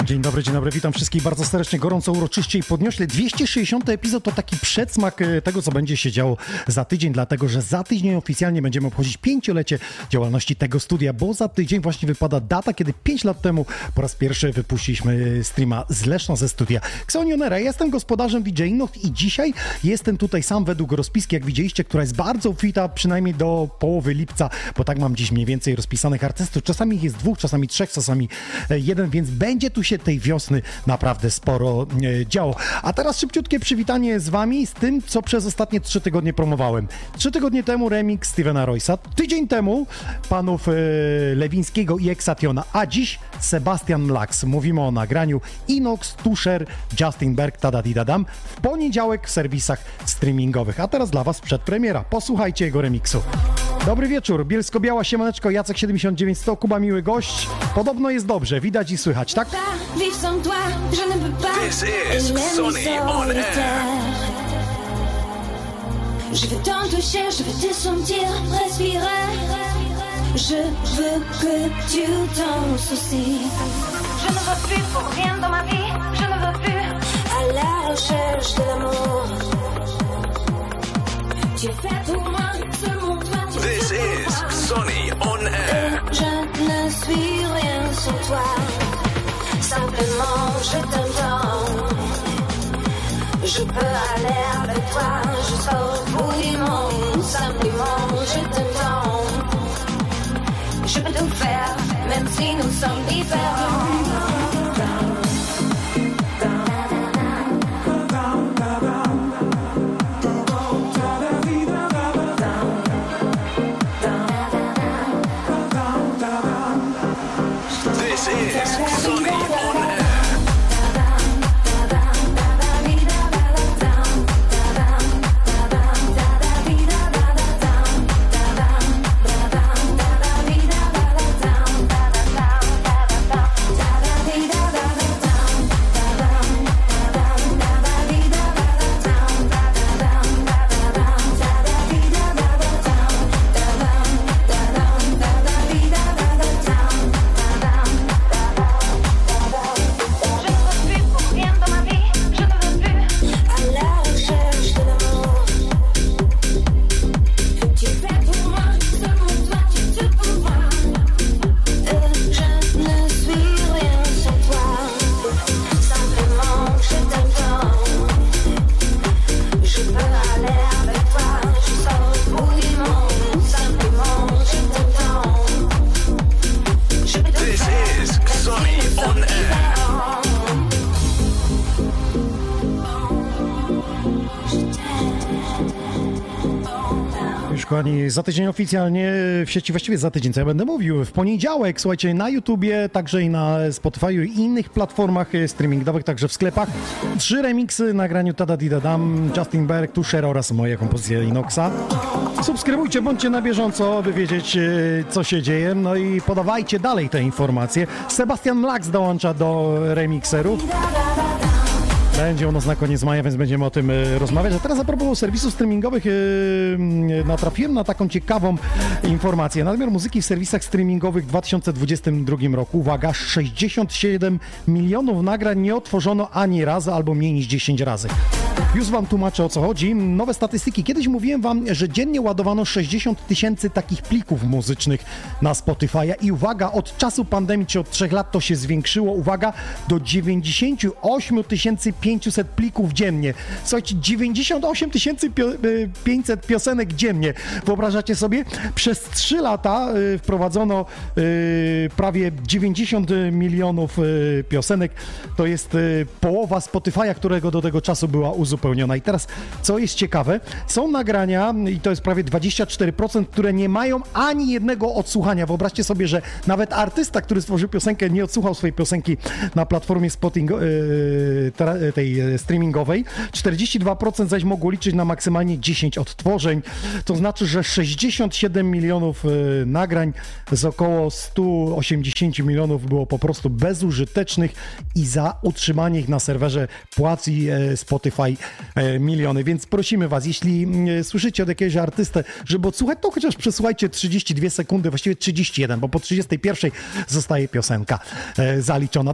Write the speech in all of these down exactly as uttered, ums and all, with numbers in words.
Dzień dobry, dzień dobry, witam wszystkich bardzo serdecznie, gorąco, uroczyście i podniośle. dwieście sześćdziesiąty epizod to taki przedsmak tego, co będzie się działo za tydzień, dlatego że za tydzień oficjalnie będziemy obchodzić pięciolecie działalności tego studia, bo za tydzień właśnie wypada data, kiedy pięć lat temu po raz pierwszy wypuściliśmy streama z Leszna ze studia Xonionera. Ja jestem gospodarzem D J Inox i dzisiaj jestem tutaj sam według rozpiski, jak widzieliście, która jest bardzo obfita, przynajmniej do połowy lipca, bo tak mam dziś mniej więcej rozpisanych artystów. Czasami ich jest dwóch, czasami trzech, czasami jeden, więc będzie tu się tej wiosny naprawdę sporo e, działo. A teraz szybciutkie przywitanie z wami, z tym, co przez ostatnie trzy tygodnie promowałem. Trzy tygodnie temu remix Stevena Roysa, tydzień temu panów e, Lewińskiego i Exationa, a dziś Sebastian Mlax. Mówimy o nagraniu Inox, Tusher, Justin Berg, Tadadidadam w poniedziałek w serwisach streamingowych. A teraz dla was przedpremiera. Posłuchajcie jego remiksu. Dobry wieczór, Bielsko-Biała, siemaneczko, Jacek siedemdziesiąt dziewięć sto, Kuba miły gość. Podobno jest dobrze, widać i słychać, tak? This is Xoni on air. Je veux t'en toucher, je veux te sentir respirer. Je veux que tu t'en soucies. Je ne veux plus pour rien dans ma vie. Je ne veux plus à la recherche de l'amour. Tu es fait pour moi, ce monde toi. This is Xoni on air. Et je ne suis rien sans toi. Simplement, je t'aime tant. Je peux aller avec toi jusqu'au bout du monde. Simplement, je t'aime tant. Je peux tout faire, même si nous sommes différents. This is Xoni on air. Kochani, za tydzień oficjalnie w sieci, właściwie za tydzień, co ja będę mówił, w poniedziałek, słuchajcie, na YouTubie, także i na Spotify'u i innych platformach streamingowych, także w sklepach, trzy remiksy nagraniu Tadadidadam, Justin Berg, Tusher oraz moja kompozycja Inoxa. Subskrybujcie, bądźcie na bieżąco, by wiedzieć, co się dzieje, no i podawajcie dalej te informacje. Sebastian Mlax dołącza do remikserów. Będzie u nas na koniec maja, więc będziemy o tym y, rozmawiać. A teraz a propos serwisów streamingowych y, y, natrafiłem na taką ciekawą informację. Nadmiar muzyki w serwisach streamingowych w dwa tysiące dwudziestym drugim roku, uwaga, sześćdziesiąt siedem milionów nagrań nie otworzono ani razu, albo mniej niż dziesięć razy. Już wam tłumaczę, o co chodzi. Nowe statystyki. Kiedyś mówiłem wam, że dziennie ładowano sześćdziesiąt tysięcy takich plików muzycznych na Spotify'a i uwaga, od czasu pandemii, czy od trzech lat to się zwiększyło, uwaga, do dziewięćdziesiąt osiem tysięcy pięćset plików dziennie. Słuchajcie, dziewięćdziesiąt osiem tysięcy pięćset piosenek dziennie. Wyobrażacie sobie? Przez trzy lata y, wprowadzono y, prawie dziewięćdziesiąt milionów y, piosenek. To jest y, połowa Spotify'a, którego do tego czasu była uzupełniona. I teraz, co jest ciekawe, są nagrania, i to jest prawie dwadzieścia cztery procent, które nie mają ani jednego odsłuchania. Wyobraźcie sobie, że nawet artysta, który stworzył piosenkę, nie odsłuchał swojej piosenki na platformie spotting, y, tej streamingowej. czterdzieści dwa procent zaś mogło liczyć na maksymalnie dziesięć odtworzeń. To znaczy, że sześćdziesiąt siedem milionów y, nagrań z około sto osiemdziesiąt milionów było po prostu bezużytecznych i za utrzymanie ich na serwerze płaci y, Spotify y, miliony. Więc prosimy was, jeśli y, słyszycie od jakiegoś artysty, żeby odsłuchać, to chociaż przesłuchajcie trzydzieści dwie sekundy, właściwie trzydzieści jeden, bo po trzydziestej pierwszej zostaje piosenka y, zaliczona. To tak naprawdę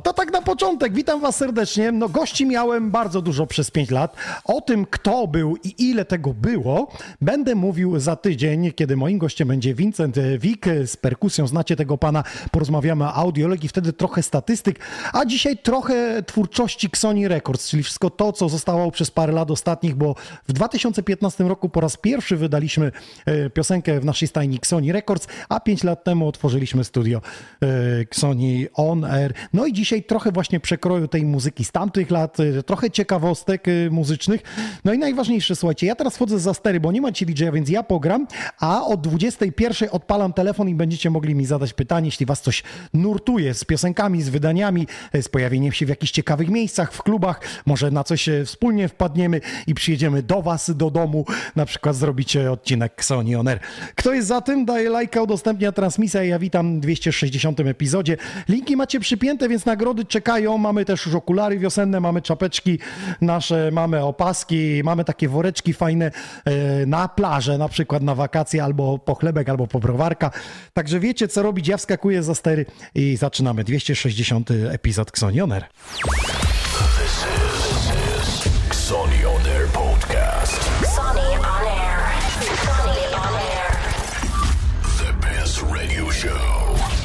początek, witam was serdecznie. No gości miałem bardzo dużo przez pięć lat. O tym, kto był i ile tego było, będę mówił za tydzień, kiedy moim gościem będzie Vincent Wik z perkusją. Znacie tego pana, porozmawiamy o audiologii, wtedy trochę statystyk, a dzisiaj trochę twórczości Sony Records, czyli wszystko to, co zostało przez parę lat ostatnich, bo w dwa tysiące piętnastym roku po raz pierwszy wydaliśmy piosenkę w naszej stajni Sony Records, a pięć lat temu otworzyliśmy studio Sony On Air. No i dzisiaj trochę właśnie przekroju tej muzyki z tamtych lat, trochę ciekawostek muzycznych. No i najważniejsze, słuchajcie, ja teraz wchodzę za stery, bo nie macie D J a, więc ja pogram, a o dwudziestej pierwszej odpalam telefon i będziecie mogli mi zadać pytanie, jeśli was coś nurtuje z piosenkami, z wydaniami, z pojawieniem się w jakichś ciekawych miejscach, w klubach, może na coś wspólnie wpadniemy i przyjedziemy do was, do domu, na przykład zrobicie odcinek Sony On Air. Kto jest za tym? Daje lajka, udostępnia transmisja. Ja witam w dwieście sześćdziesiątym epizodzie. Linki macie przypięte, więc nagrody czekają. Mamy też już okulary wiosenne, mamy czapeczki nasze, mamy opaski, mamy takie woreczki fajne e, na plażę, na przykład na wakacje, albo po chlebek, albo po browarka. Także wiecie, co robić. Ja wskakuję za stery i zaczynamy. dwieście sześćdziesiąty epizod Sony On Air. This is, this is Sony On Air podcast. Sony On Air. Sony On Air. The best radio show.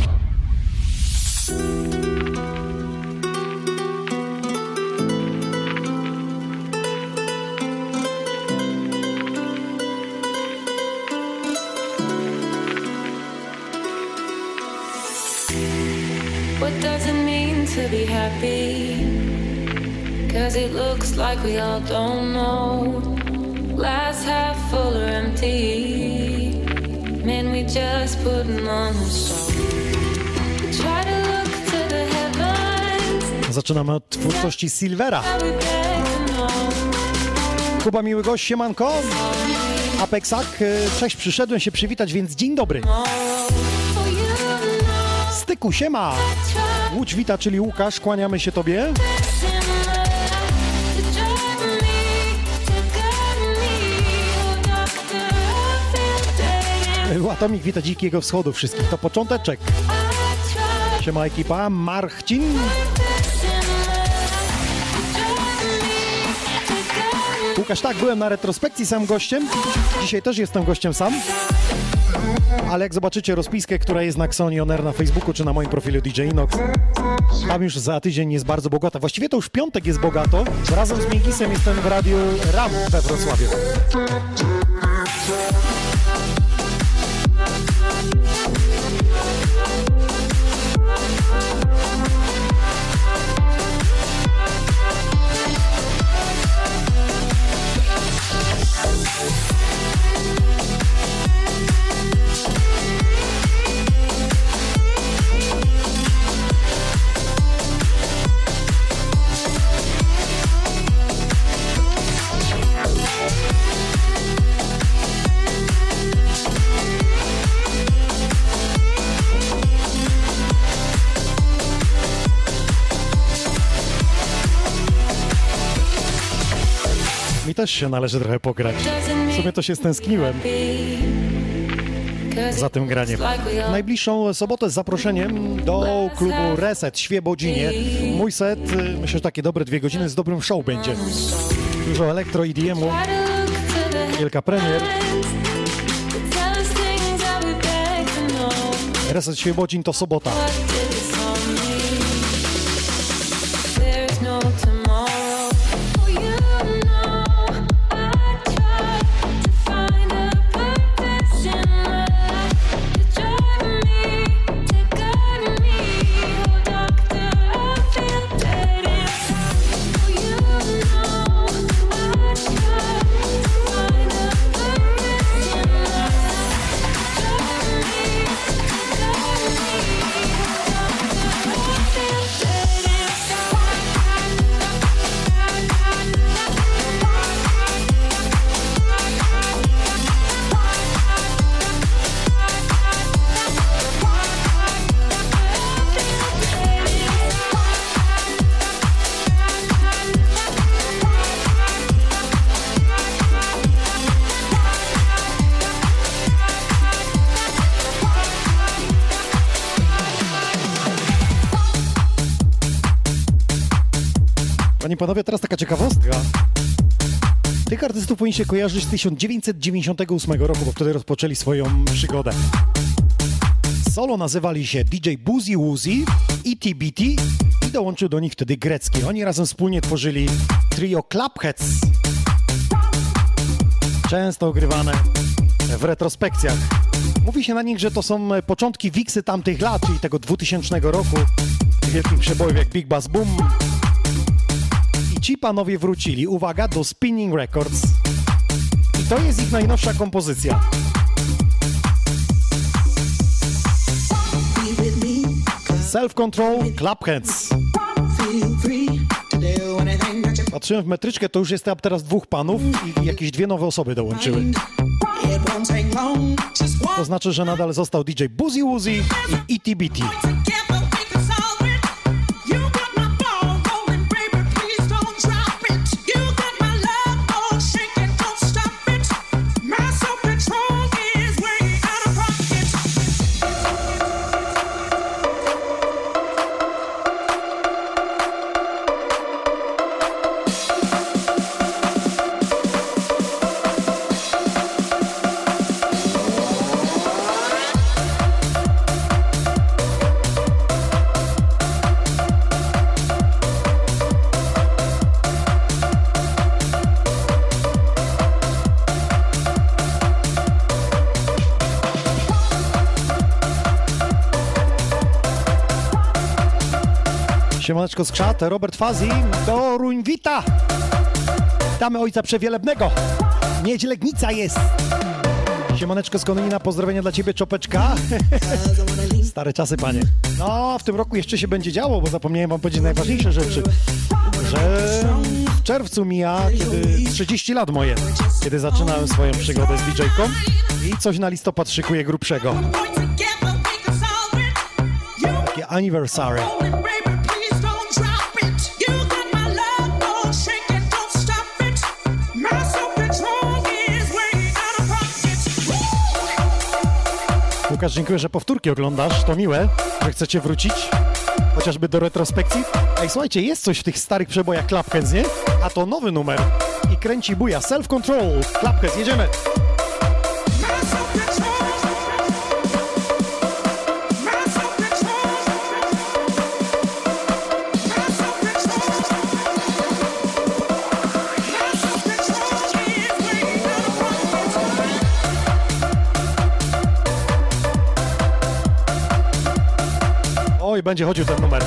What does it mean to be happy? Cause it looks like we all don't know. Glass half full or empty. Man, we just putting on the show. We try to look to the heavens. Zaczynamy od twórczości Silvera. How we beg to know. Kuba, miły gość, siemanko. Apexak, cześć, przyszedłem się przywitać, więc dzień dobry. Oh, you know Styku, siema. I try Łódź wita, czyli Łukasz, kłaniamy się tobie. to drive me, to guide me. Oh, doctor, I feel dead. Atomik wita Dzikiego Wschodu wszystkich. To począteczek. I try Siema ekipa. Marchcin. Łukasz, tak, byłem na retrospekcji sam gościem. Dzisiaj też jestem gościem sam. Ale jak zobaczycie rozpiskę, która jest na Sony On Air na Facebooku czy na moim profilu D J Inox, tam już za tydzień jest bardzo bogata. Właściwie to już w piątek jest bogato. Razem z Minkisem jestem w radiu RAM we Wrocławiu. Mi też się należy trochę pograć. W sumie to się stęskniłem za tym graniem. W najbliższą sobotę z zaproszeniem do klubu Reset Świebodzinie. Mój set, myślę, że takie dobre dwie godziny z dobrym show będzie. Dużo elektro i D M-u, kilka premier. Reset Świebodzin to sobota. Panie i panowie, teraz taka ciekawostka. Tych artystów powinien się kojarzyć z tysiąc dziewięćset dziewięćdziesiątego ósmego roku, bo wtedy rozpoczęli swoją przygodę. Solo nazywali się D J Boozy Woozy, E T B T i dołączył do nich wtedy Grecki. Oni razem wspólnie tworzyli trio Clubheads. Często ogrywane w retrospekcjach. Mówi się na nich, że to są początki Wixy tamtych lat, czyli tego dwutysięcznego roku. Wielkich przebojów jak Big Bass Boom. I ci panowie wrócili, uwaga, do Spinning Records. I to jest ich najnowsza kompozycja. Self-Control, Clubheads. Patrzyłem w metryczkę, to już jest teraz dwóch panów i jakieś dwie nowe osoby dołączyły. To znaczy, że nadal został D J Boozy Woozy i E T B T. Siemaneczko z Krzat, Robert Fazi, Toruń wita! Witamy ojca przewielebnego, Miedź Legnica jest! Siemaneczko z Kononina, pozdrowienia dla ciebie, Czopeczka. Stare czasy, panie. No, w tym roku jeszcze się będzie działo, bo zapomniałem wam powiedzieć najważniejsze rzeczy. Że w czerwcu mija, kiedy trzydzieści lat moje, kiedy zaczynałem swoją przygodę z D J-ką i coś na listopad szykuję grubszego. Takie anniversary. Łukasz, dziękuję, że powtórki oglądasz, to miłe, że chcecie wrócić, chociażby do retrospekcji. Ej, słuchajcie, jest coś w tych starych przebojach Clubheads, nie? A to nowy numer i kręci buja, Self-Control, Clubheads, jedziemy! Oj, będzie chodził ten numer.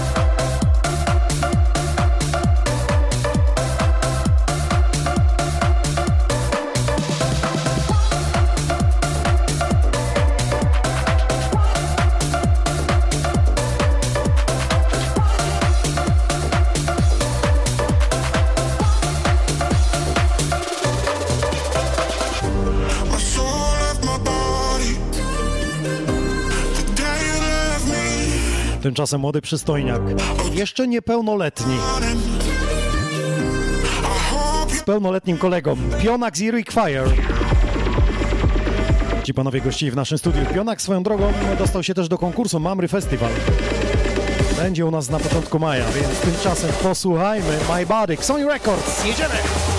Tymczasem młody przystojniak, jeszcze niepełnoletni, z pełnoletnim kolegą, Pionak z Heroic Fire. Ci panowie gościli w naszym studiu. Pionak swoją drogą dostał się też do konkursu Mamry Festival. Będzie u nas na początku maja, więc tymczasem posłuchajmy My Body, Sony Records, jedziemy!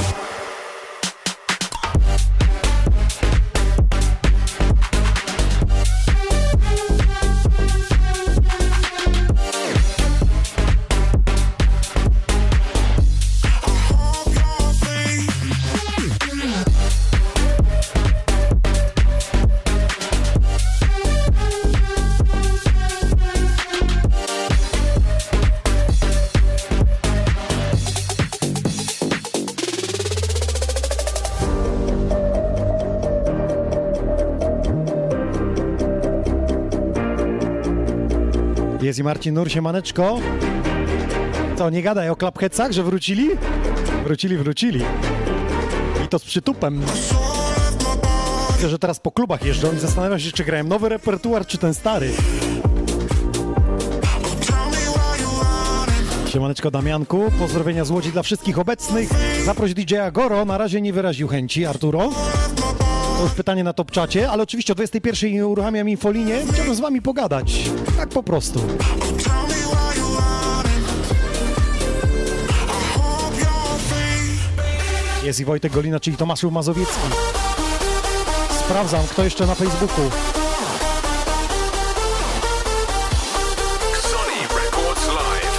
Jest i Marcin Nur, siemaneczko. Co, nie gadaj o Clubheadsach, że wrócili? Wrócili, wrócili. I to z przytupem. Myślę, że teraz po klubach jeżdżą i zastanawiam się, czy grałem nowy repertuar, czy ten stary. Siemaneczko Damianku, pozdrowienia z Łodzi dla wszystkich obecnych. Zaproś D J Goro, na razie nie wyraził chęci, Arturo. To już pytanie na top czacie, ale oczywiście o dwudziestej pierwszej uruchamiam infolinię. Chciałbym z wami pogadać. Tak po prostu. jest i Wojtek Golina, czyli Tomaszu Mazowiecki. Sprawdzam, kto jeszcze na Facebooku. Sony Records Live.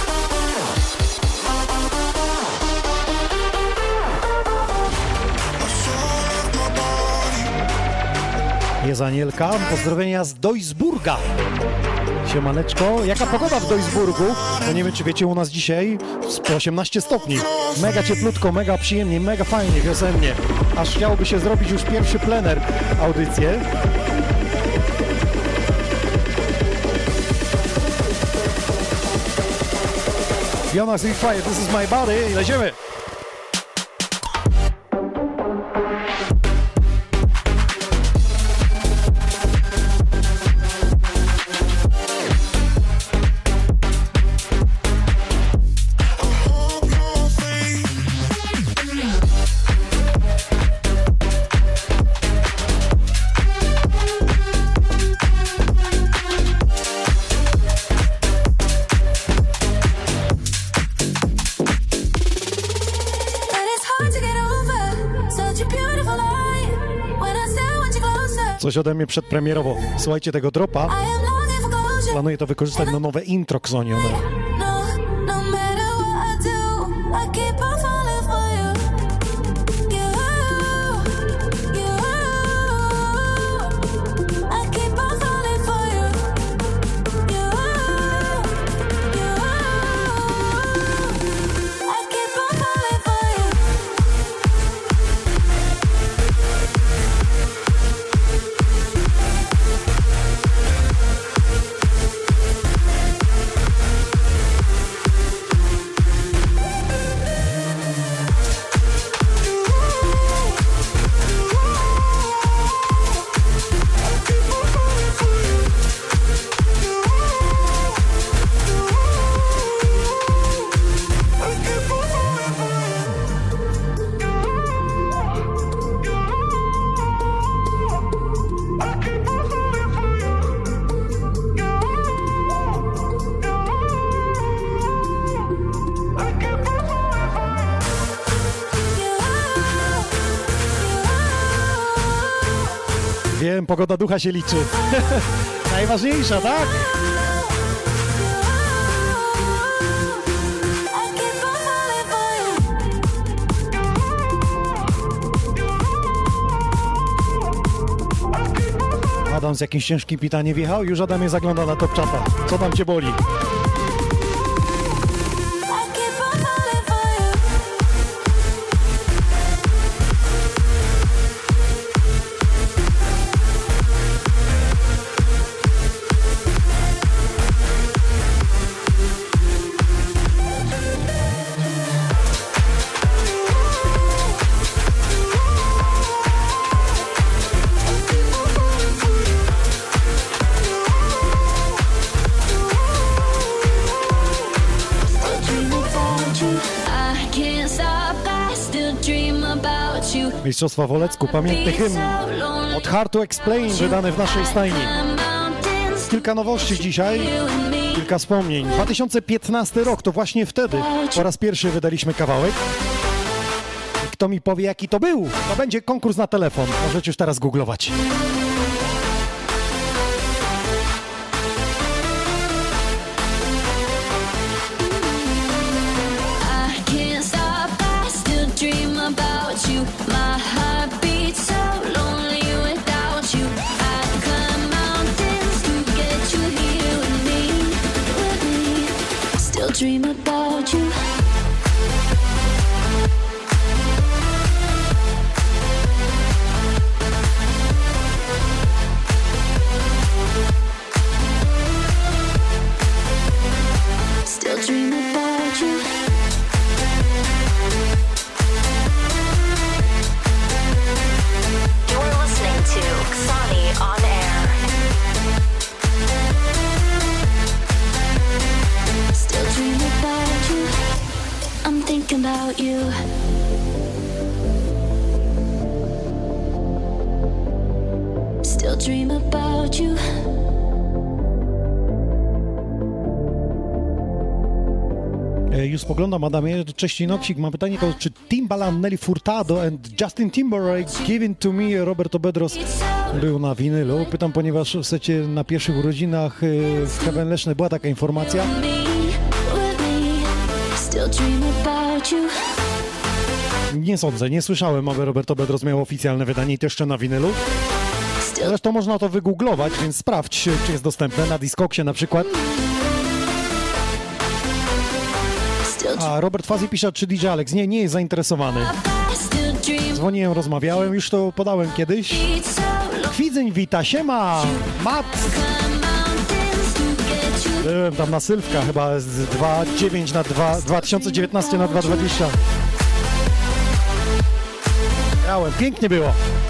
Jest Anielka, pozdrowienia z Duisburga. Siemaneczko, jaka pogoda w Duisburgu? No nie wiem, czy wiecie, u nas dzisiaj osiemnaście stopni. Mega cieplutko, mega przyjemnie, mega fajnie, wiosennie. Aż chciałoby się zrobić już pierwszy plener audycję. Jonas i Fire, this is my body i lecimy! Coś ode mnie przedpremierowo. Słuchajcie tego dropa. Planuję to wykorzystać na nowe intro Xonion. Wiem, pogoda ducha się liczy. Najważniejsza, tak? Adam z jakimś ciężkim pytaniem wjechał, już Adam mnie zagląda na top czata. Co tam cię boli? Mistrzostwa w Olecku, pamiętny hymn od Hard to Explain, wydany w naszej stajni. Kilka nowości dzisiaj, kilka wspomnień. dwa tysiące piętnasty rok, to właśnie wtedy po raz pierwszy wydaliśmy kawałek. I kto mi powie, jaki to był, to będzie konkurs na telefon. Możecie już teraz googlować. My heart beats so lonely without you. I'd climb mountains to get you here with me, with me. Still dream about you. Still dream about you. To Xoni on air. Still dream about you. I'm thinking about you. Still dream about you. E, już spoglądam, Adamie. Cześć, Noksik. Mam pytanie, to, czy Timbaland, Nelly Furtado and Justin Timberlake Give It To Me, Roberto Bedros był na winylu? Pytam, ponieważ w secie na pierwszych urodzinach e, w Heaven Leszne była taka informacja. Nie sądzę, nie słyszałem, aby Roberto Bedros miał oficjalne wydanie i to jeszcze na winylu. Zresztą można to wygooglować, więc sprawdź, czy jest dostępne na Discogsie na przykład. A Robert Fuzzy pisze, czy D J Alex. Nie, nie jest zainteresowany. Dzwoniłem, rozmawiałem, już to podałem kiedyś. Kwidzeń wita, siema! Mat! Byłem tam na Sylwka chyba z dwa dziewięć na dwa tysiące dziewiętnaście na dwa dwadzieścia. Grałem, pięknie było.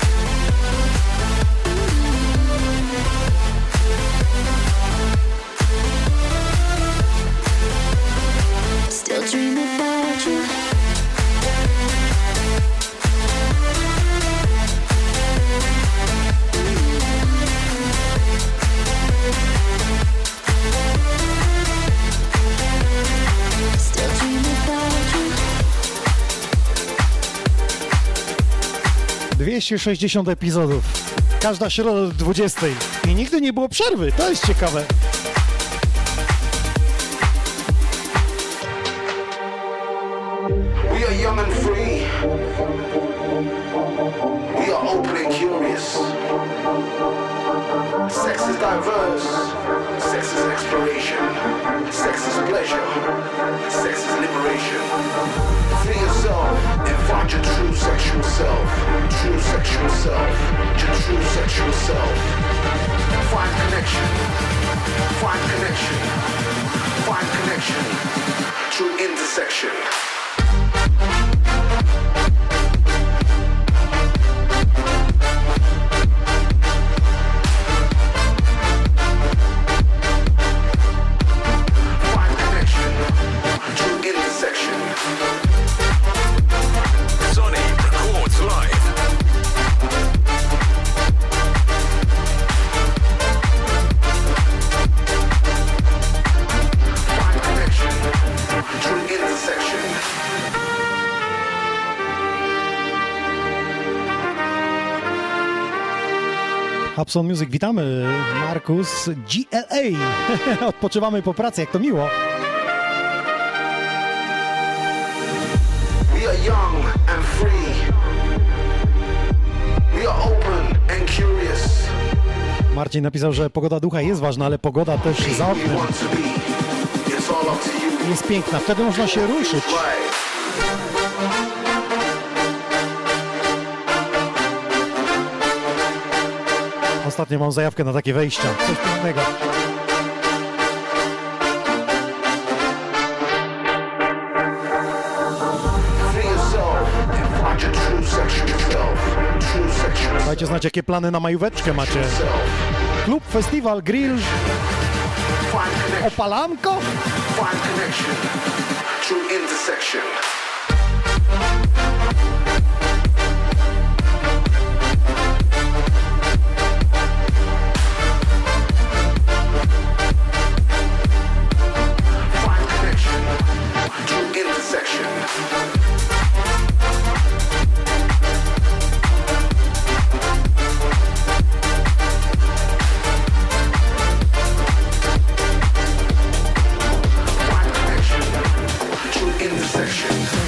dwieście sześćdziesiąt epizodów. Każda środa do dwudziestej. I nigdy nie było przerwy. To jest ciekawe. We are young and free. We are open and curious. Sex is diverse. Sex is exploration. Sex is pleasure. Sex is liberation. Free yourself and find your true sexual self. True sexual self. Your true sexual self. Find connection. Find connection. Find connection. True intersection. Hubson Music, witamy. Markus, G L A. Odpoczywamy po pracy, jak to miło. We are young and free. We are open and curious. Marcin napisał, że pogoda ducha jest ważna, ale pogoda też za oknem jest piękna. Wtedy można się ruszyć. Ostatnio mam zajawkę na takie wejścia. Coś pięknego. Dajcie znać, jakie plany na majóweczkę macie. Klub, festiwal, grill, opalanko? Intersection.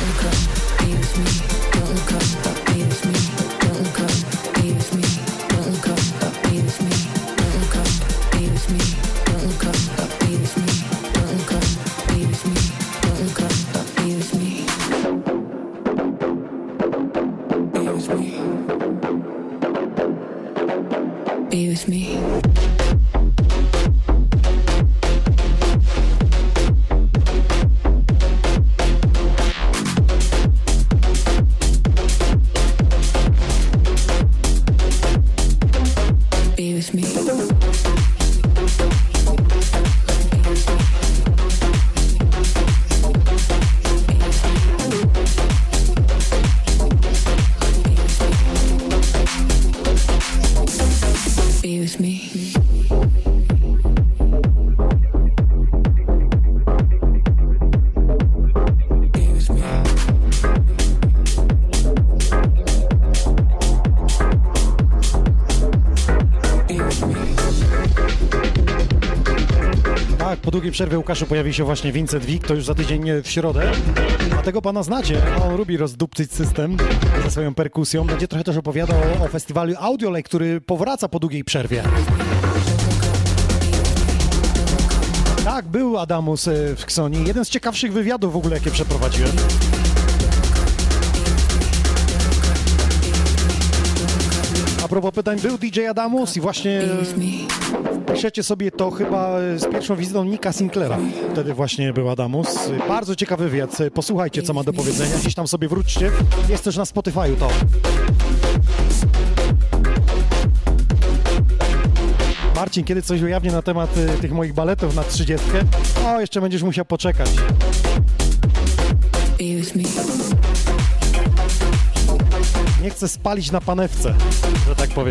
długiej przerwie, Łukaszu, pojawi się właśnie Vincent Wick, to już za tydzień w środę. A tego pana znacie, on lubi rozdupcyć system ze swoją perkusją. Będzie trochę też opowiadał o festiwalu Audiolek, który powraca po długiej przerwie. Tak, był Adamus w Xoni. Jeden z ciekawszych wywiadów w ogóle, jakie przeprowadziłem. A propos pytań, był D J Adamus i właśnie piszecie sobie to chyba z pierwszą wizytą Nicka Sinclaira. Wtedy właśnie był Adamus. Bardzo ciekawy wywiad. Posłuchajcie, co ma do powiedzenia. Gdzieś tam sobie wróćcie. Jest też na Spotify'u to. Marcin, kiedy coś ujawnię na temat y, tych moich baletów na trzydziestkę? O, jeszcze będziesz musiał poczekać. Nie chcę spalić na panewce, że tak powiem.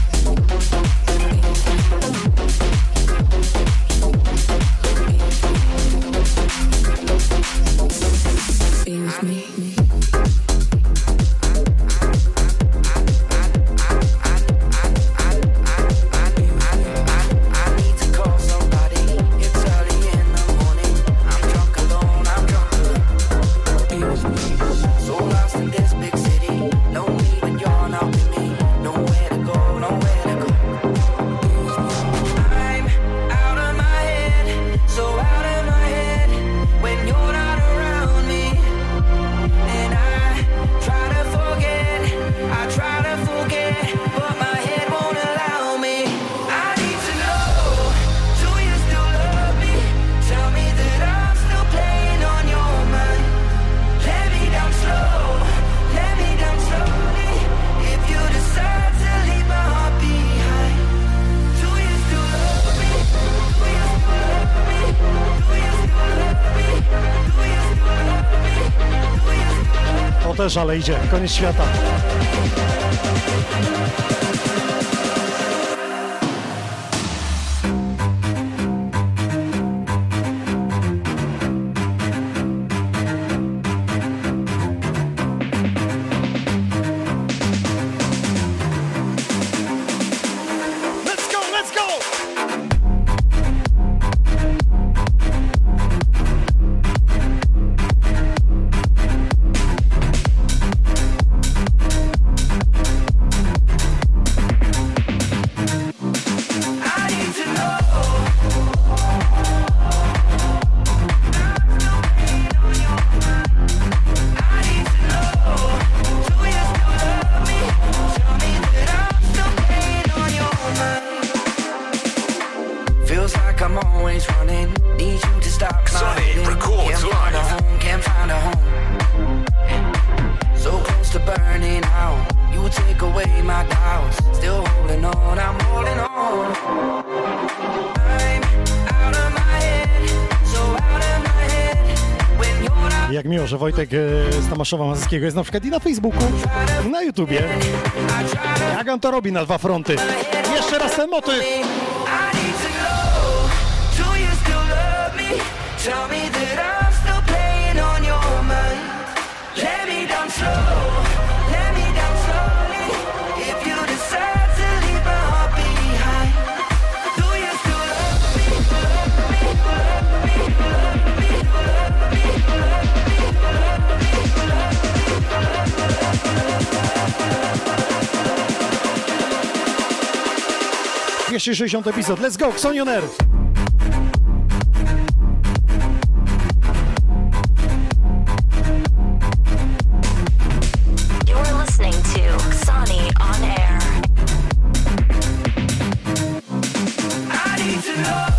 Też, ale idzie. Koniec świata. Jak miło, że Wojtek z Tomaszowa Mazyckiego jest na przykład i na Facebooku, i na YouTubie. Jak on to robi na dwa fronty? Jeszcze raz ten motyw! dwieście sześćdziesiąty epizod. Let's go! Xoni On Air! You're listening to Xoni On Air. I need to know.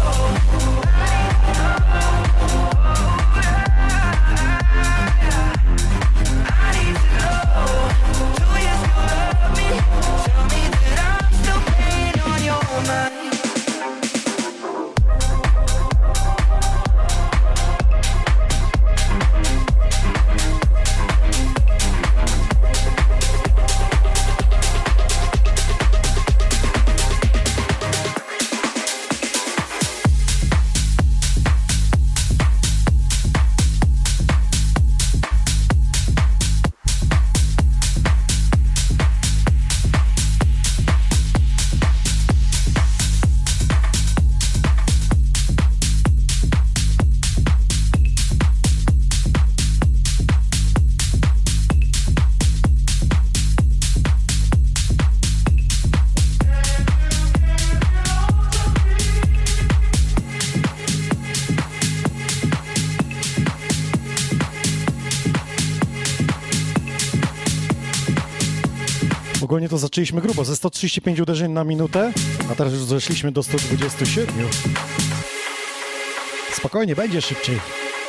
ogólnie to zaczęliśmy grubo, ze sto trzydzieści pięć uderzeń na minutę, a teraz już zeszliśmy do sto dwadzieścia siedem. Spokojnie, będzie szybciej.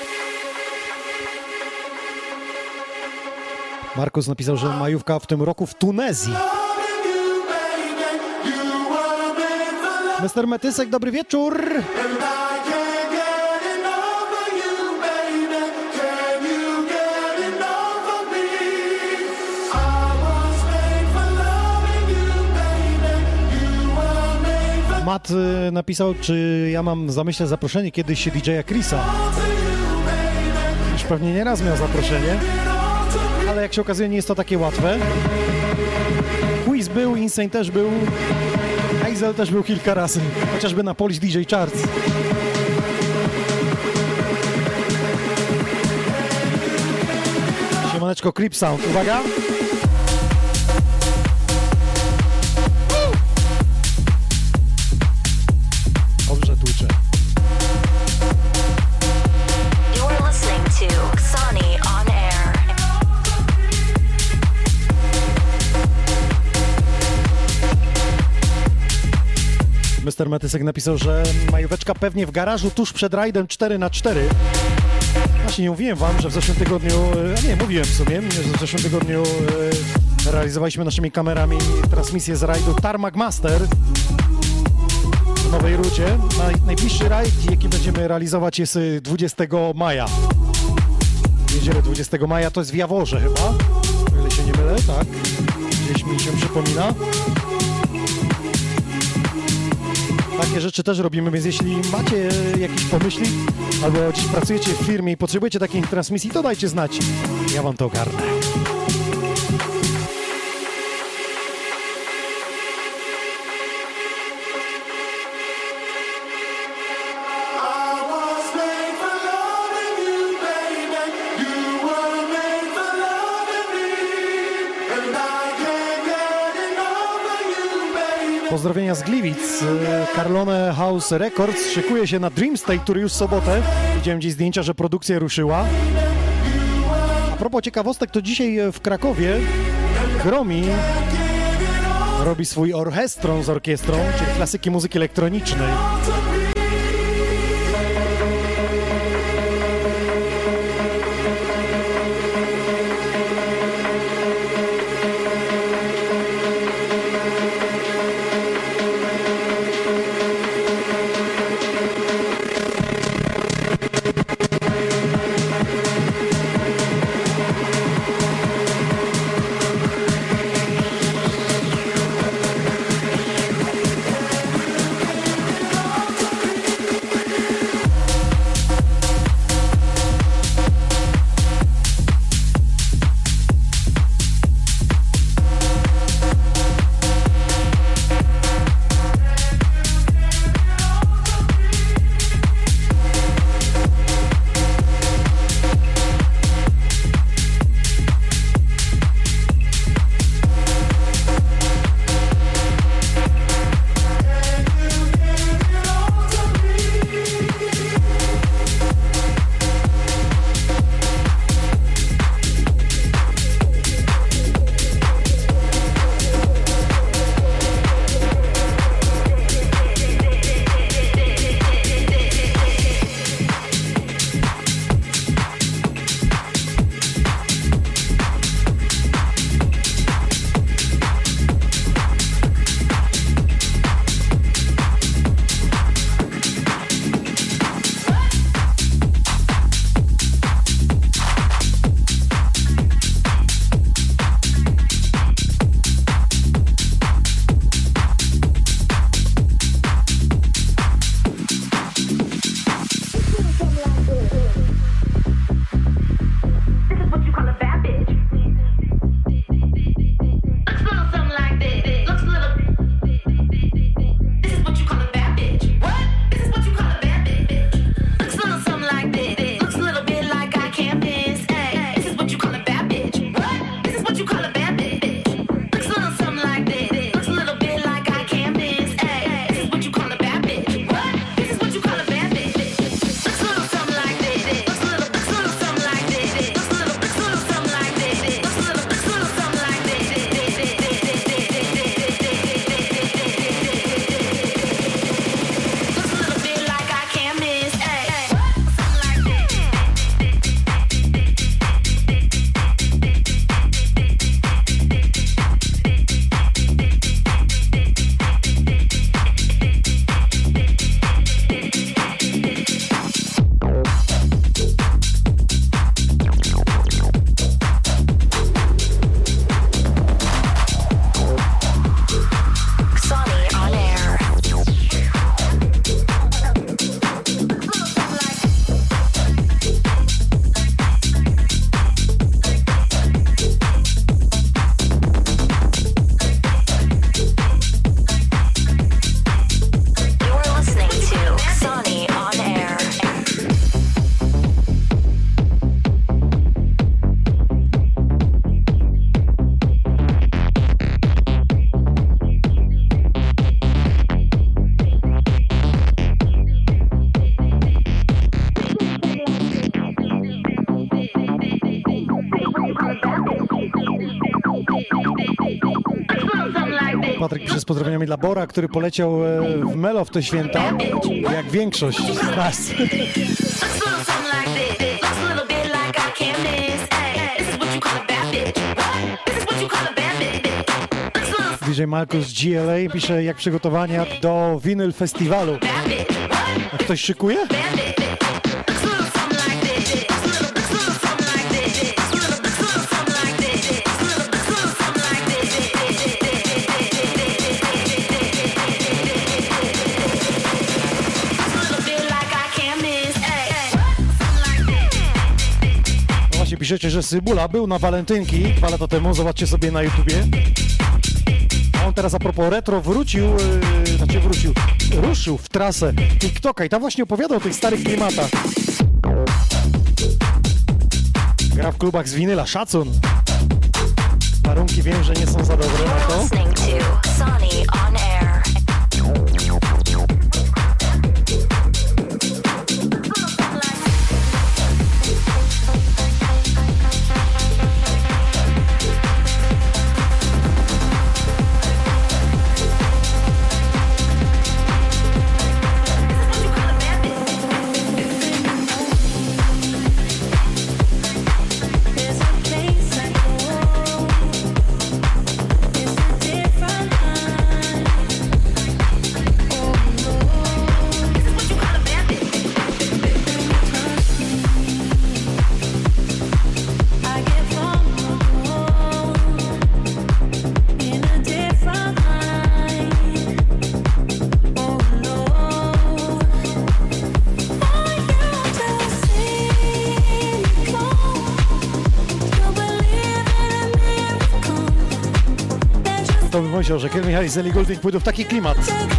Markus napisał, że majówka w tym roku w Tunezji. mister Metysek, dobry wieczór. Matt napisał, czy ja mam w zamyśle zaproszenie kiedyś D J a Chrisa. Już pewnie nieraz miał zaproszenie, ale jak się okazuje, nie jest to takie łatwe. Quiz był, Insane też był, Hazel też był kilka razy, chociażby na Polish D J Charts. Siemaneczko, Creep Sound, uwaga! Dobrze tłuczę. You are listening to Xoni on Air. mister Metysek napisał, że majóweczka pewnie w garażu tuż przed rajdem cztery na cztery. Właśnie nie mówiłem wam, że w zeszłym tygodniu, a nie, mówiłem w sumie, że w zeszłym tygodniu e, realizowaliśmy naszymi kamerami transmisję z rajdu Tarmac Master w Nowej Rucie. Naj, najbliższy rajd, jaki będziemy realizować, jest dwudziestego maja. W niedzielę dwudziestego maja, to jest w Jaworze chyba, o ile się nie mylę, tak, gdzieś mi się przypomina. Takie rzeczy też robimy, więc jeśli macie jakieś pomyśli albo dziś pracujecie w firmie i potrzebujecie takiej transmisji, to dajcie znać. Ja wam to ogarnę. Pozdrowienia z Gliwic. Carlone House Records szykuje się na Dream State, który już w sobotę. Widziałem gdzieś zdjęcia, że produkcja ruszyła. A propos ciekawostek, to dzisiaj w Krakowie Gromi robi swój orchestron z orkiestrą, czyli klasyki muzyki elektronicznej. Patryk pisze z pozdrowieniami dla Bora, który poleciał e, w Melo w te święta, jak większość z nas. D J Markus z G L A pisze, jak przygotowania do Vinyl Festiwalu. A ktoś szykuje? Piszecie, że Cybula był na walentynki dwa lata temu, zobaczcie sobie na YouTubie. A on teraz a propos retro wrócił, yy, znaczy wrócił, ruszył w trasę TikToka i tam właśnie opowiadał o tych starych klimatach. Gra w klubach z winyla, szacun. Warunki wiem, że nie są za dobre na to. Myślał, że Kelvin Harris z Ellie Goulding pójdą w taki klimat.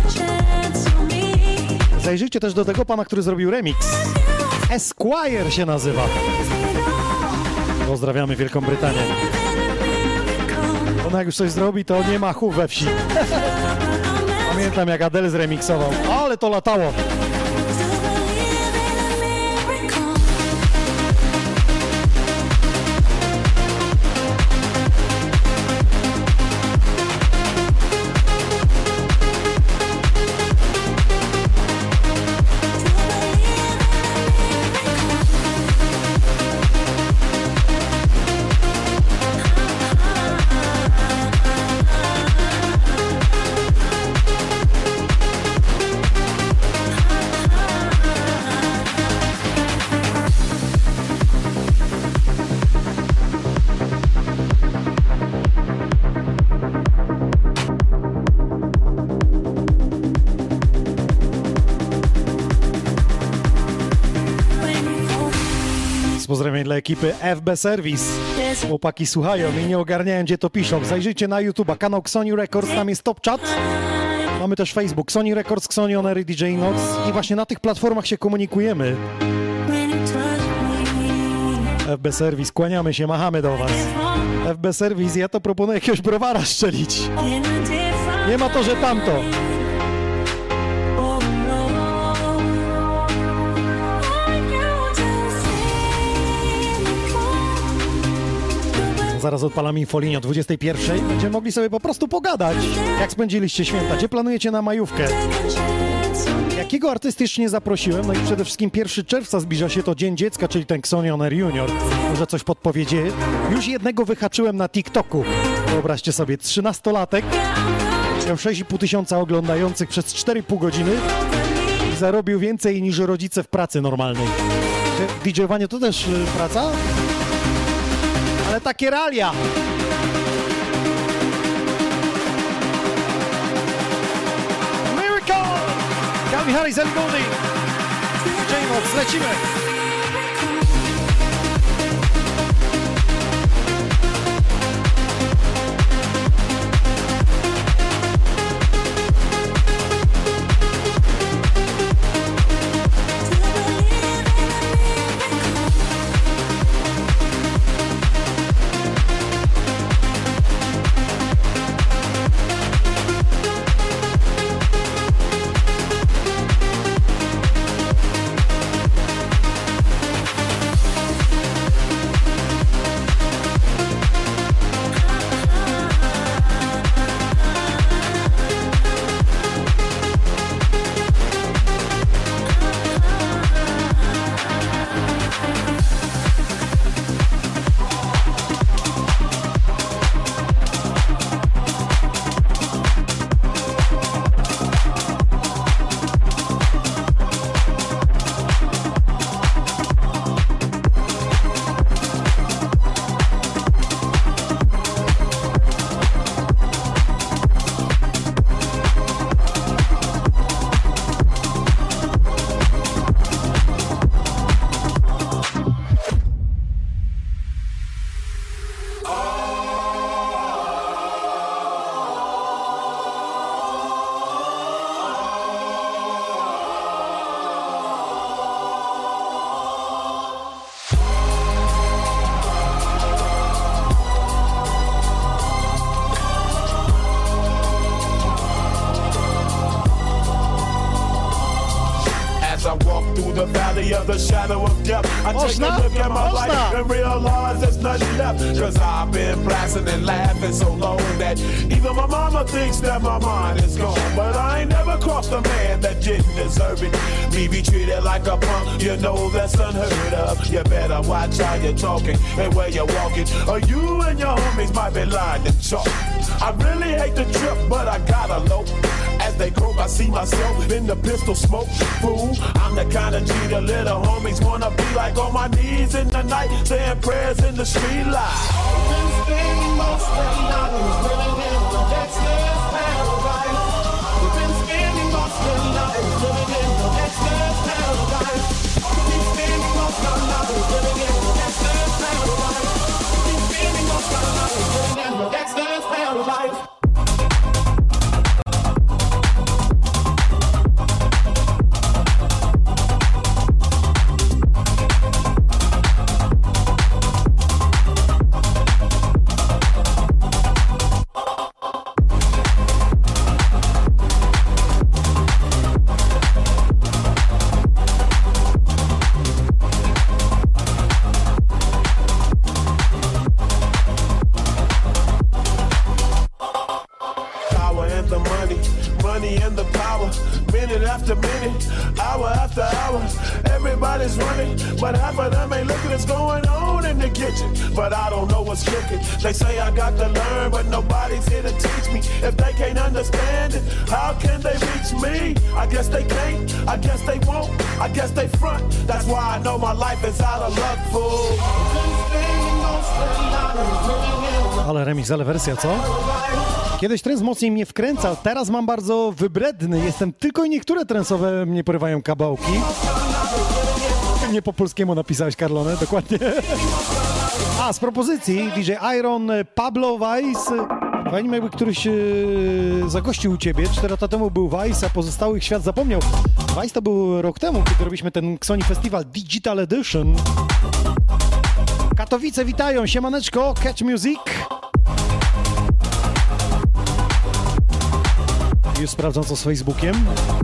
Zajrzyjcie też do tego pana, który zrobił remix. Esquire się nazywa. Pozdrawiamy Wielką Brytanię. Ona jak już coś zrobi, to nie ma chów we wsi. Pamiętam, jak Adele zremiksował. Ale to latało. Pozdrawiam dla ekipy F B Service. Chłopaki słuchają i nie ogarniają, gdzie to piszą. Zajrzyjcie na YouTube'a, kanał Xoni Records, tam jest Top Chat. Mamy też Facebook, Xoni Records, Xoni On Air i D J Nox. I właśnie na tych platformach się komunikujemy. F B Service, kłaniamy się, machamy do was. F B Service, ja to proponuję jakiegoś browara szczelić. Nie ma to, że tamto. Zaraz odpalam infolinię o dwudziestej pierwszej. Będziemy mogli sobie po prostu pogadać. Jak spędziliście święta? Gdzie planujecie na majówkę? Jakiego artysty jeszcze nie zaprosiłem? No i przede wszystkim pierwszego czerwca zbliża się to Dzień Dziecka, czyli ten Xoni On Air Junior. Może coś podpowiedzie? Już jednego wyhaczyłem na TikToku. Wyobraźcie sobie, trzynastolatek miał sześć i pół tysiąca oglądających przez cztery i pół godziny i zarobił więcej niż rodzice w pracy normalnej. didżowanie to też y, praca? Ale takie realia. Miracle! Calvin Harris, Ellie Goulding. D J Nox, lecimy. the valley of the shadow of death. I take Można? a look at my Można. life and realize there's nothing left. Cause I've been blasting and laughing so long that even my mama thinks that my mind is gone. But I ain't never crossed a man that didn't deserve it. Me be treated like a punk, you know that's unheard of. You better watch how you're talking and where you're walking, or you and your homies might be lying to chalk. I really hate the trip, but I gotta low. As they croak, I see myself in the pistol smoke. Fool, I'm the kind of G the little homies wanna be like, on my knees in the night, saying prayers in the street light. Been spending most of the night living in the Dexter's paradise. We've been spending most of the night living in the Dexter's paradise. We've spending most of the night living in the Dexter's paradise. We've spending most of the night living in the Dexter's paradise. But half of them ain't looking what's going on in the kitchen. But I don't know what's cooking. They say I got to learn, but nobody's here to teach me. If they can't understand it, how can they reach me? I guess they can't, I guess they won't, I guess they front. That's why I know my life is out of luck, fool. Ale remix, ale wersja, co? Kiedyś trens mocniej mnie wkręcał, teraz mam bardzo wybredny. Jestem tylko i niektóre trensowe mnie porywają kabałki. Nie po polskiemu napisałeś, Karlone, dokładnie. A, z propozycji D J Iron, Pablo Vice. Fajnie, jakby któryś yy, zagościł u ciebie. Cztery lata temu był Vice, a pozostałych świat zapomniał. Vice to był rok temu, kiedy robiliśmy ten Xoni Festival Digital Edition. Katowice witają, siemaneczko, Catch Music. Już sprawdzam co z Facebookiem.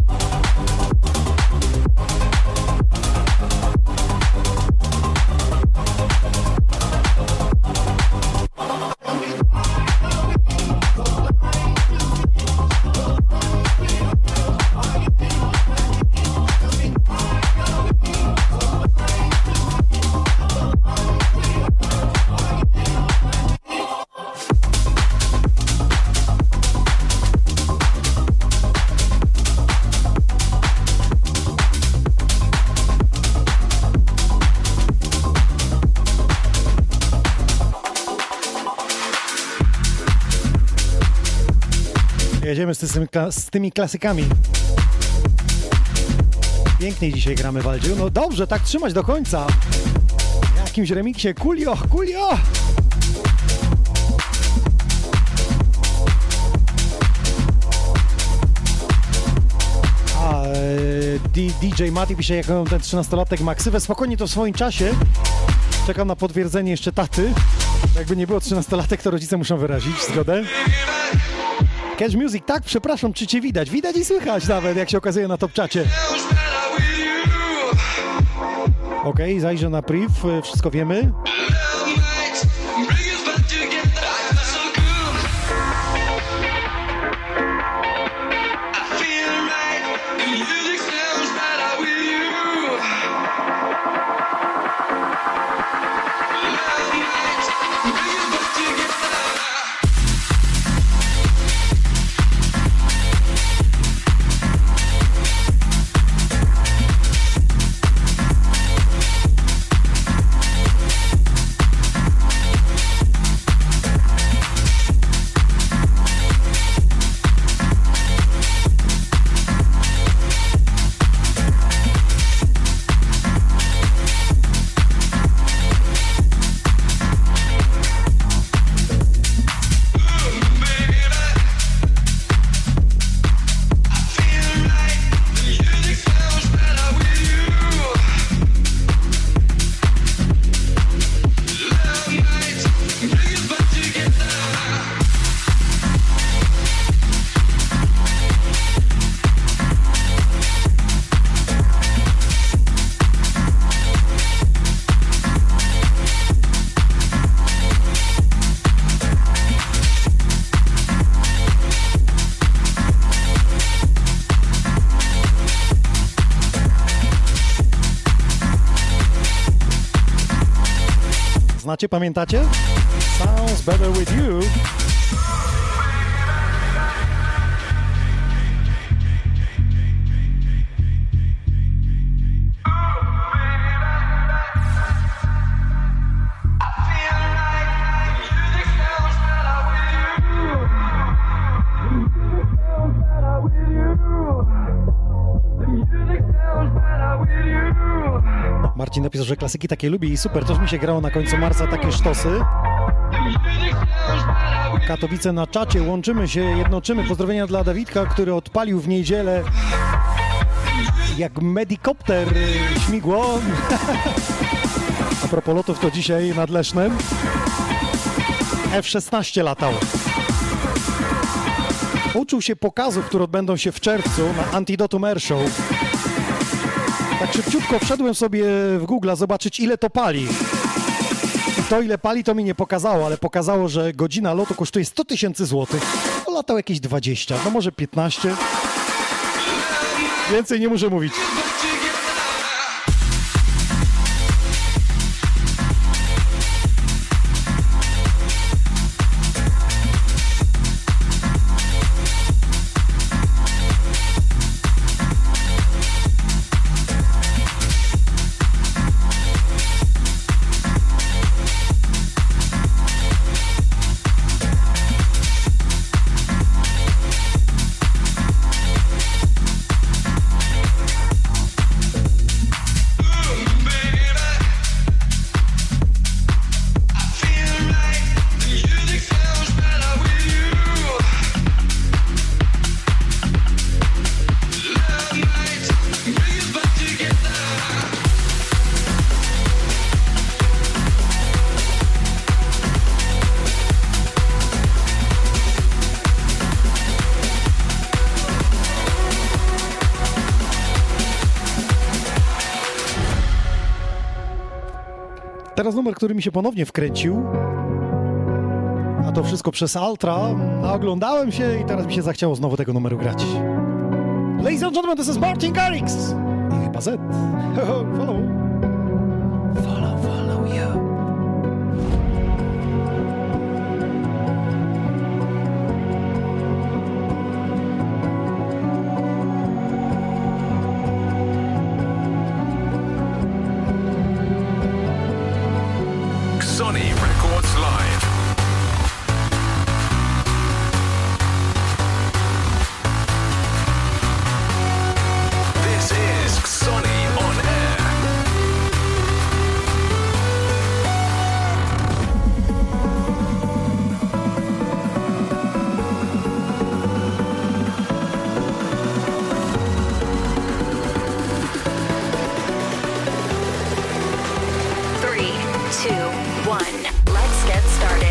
Jedziemy z tymi, z tymi klasykami. Pięknie dzisiaj gramy, Waldziu. No dobrze, tak trzymać do końca. W jakimś remiksie. Kulio, kulio! A, D J Mati pisze, jak ten trzynastolatek ma ksywę. Spokojnie, to w swoim czasie. Czekam na potwierdzenie jeszcze taty. Jakby nie było trzynastolatek, to rodzice muszą wyrazić zgodę. Catch Music, tak, przepraszam, czy cię widać? Widać i słychać nawet, jak się okazuje na top czacie. Okej, okay, zajrzę na priv, wszystko wiemy. Znacie, pamiętacie? Sounds better with you. Marcin napisał, że klasyki takie lubi i super, też mi się grało na końcu marca takie sztosy. Katowice na czacie, łączymy się, jednoczymy. Pozdrowienia dla Dawidka, który odpalił w niedzielę jak medikopter śmigło. A propos lotów, to dzisiaj nad Lesznem F szesnaście latał. Uczył się pokazów, które odbędą się w czerwcu na Antidotum Air Show. Tak szybciutko wszedłem sobie w Google zobaczyć, ile to pali. I to, ile pali, to mi nie pokazało, ale pokazało, że godzina lotu kosztuje sto tysięcy złotych. No, latał jakieś dwadzieścia, no może piętnaście. Więcej nie muszę mówić. Teraz numer, który mi się ponownie wkręcił, a to wszystko przez Ultra, a oglądałem się i teraz mi się zachciało znowu tego numeru grać. Ladies and gentlemen, this is Martin Garrix i chyba Z. Follow. Follow, follow you. Sony Records Live. This is Sony on Air. Three, two, one. Let's get started.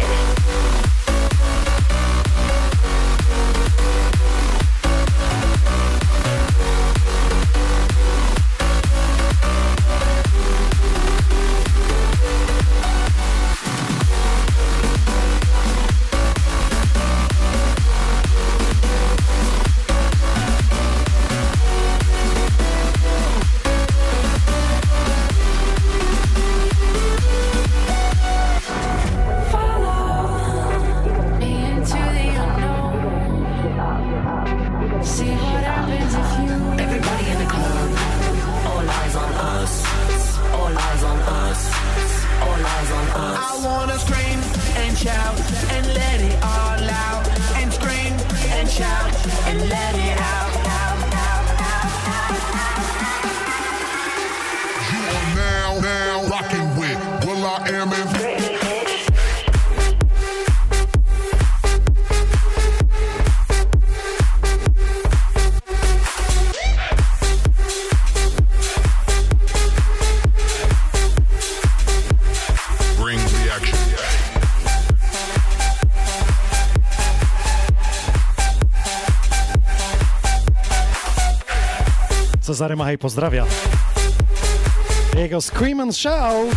Cezary Machaj pozdrawia. Jego Scream and Shout.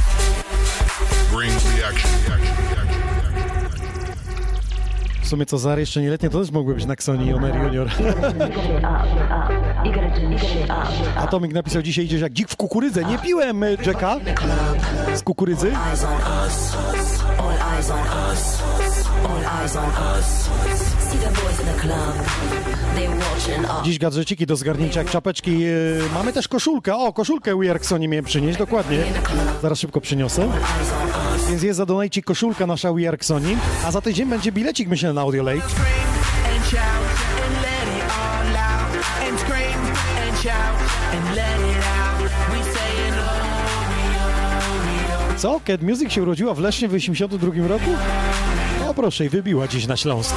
sumie co Zary jeszcze nieletnie, to też mogły być na Xoni On Air Junior. Atomik napisał, dzisiaj idziesz jak dzik w kukurydzę. Nie piłem Jacka z kukurydzy. Dziś gadżeciki do zgarnięcia jak czapeczki. Mamy też koszulkę. O, koszulkę We Are Xoni miałem przynieść, dokładnie. Zaraz szybko przyniosę. Więc jest za donajci koszulka nasza We Are Xoni. A za tydzień będzie bilecik, myślę, na Audio Lake. Co? Cat Music się urodziła w Lesznie w osiemdziesiątym drugim roku? No proszę, i wybiła dziś na Śląsk.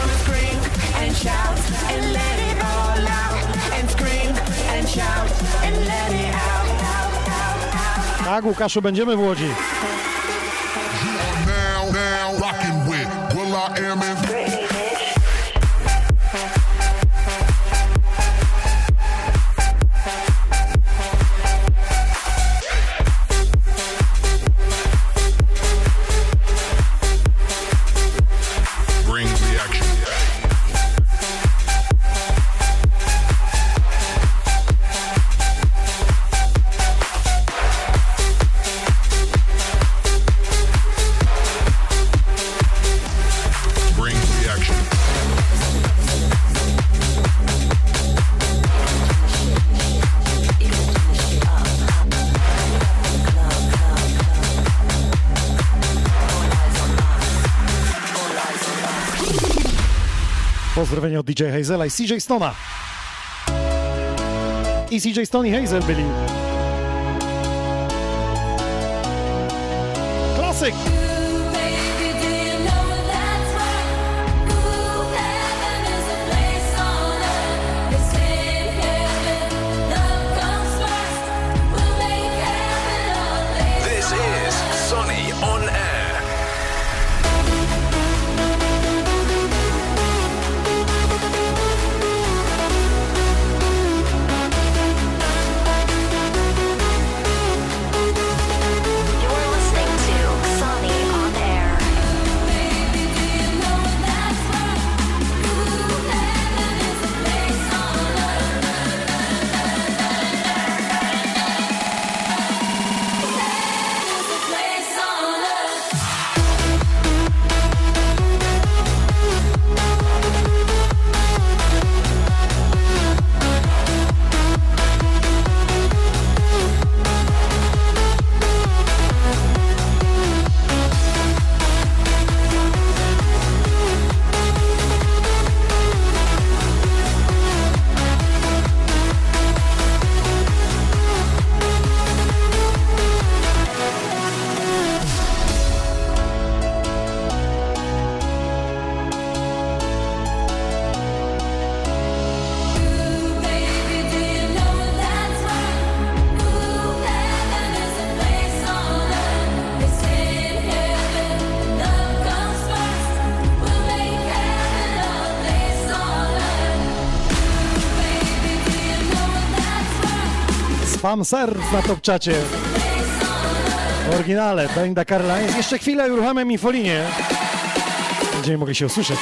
Tak, Łukaszu, będziemy w Łodzi. Pozdrowienia od D J Hazela i C J Stona. I C J Stone i Hazel byli. Klasyk! This is Sonny On Air. Spam serc na topczacie. W oryginale, Belinda Carlisle. Jeszcze chwilę i uruchamiam infolinię. Będziemy mogli się usłyszeć.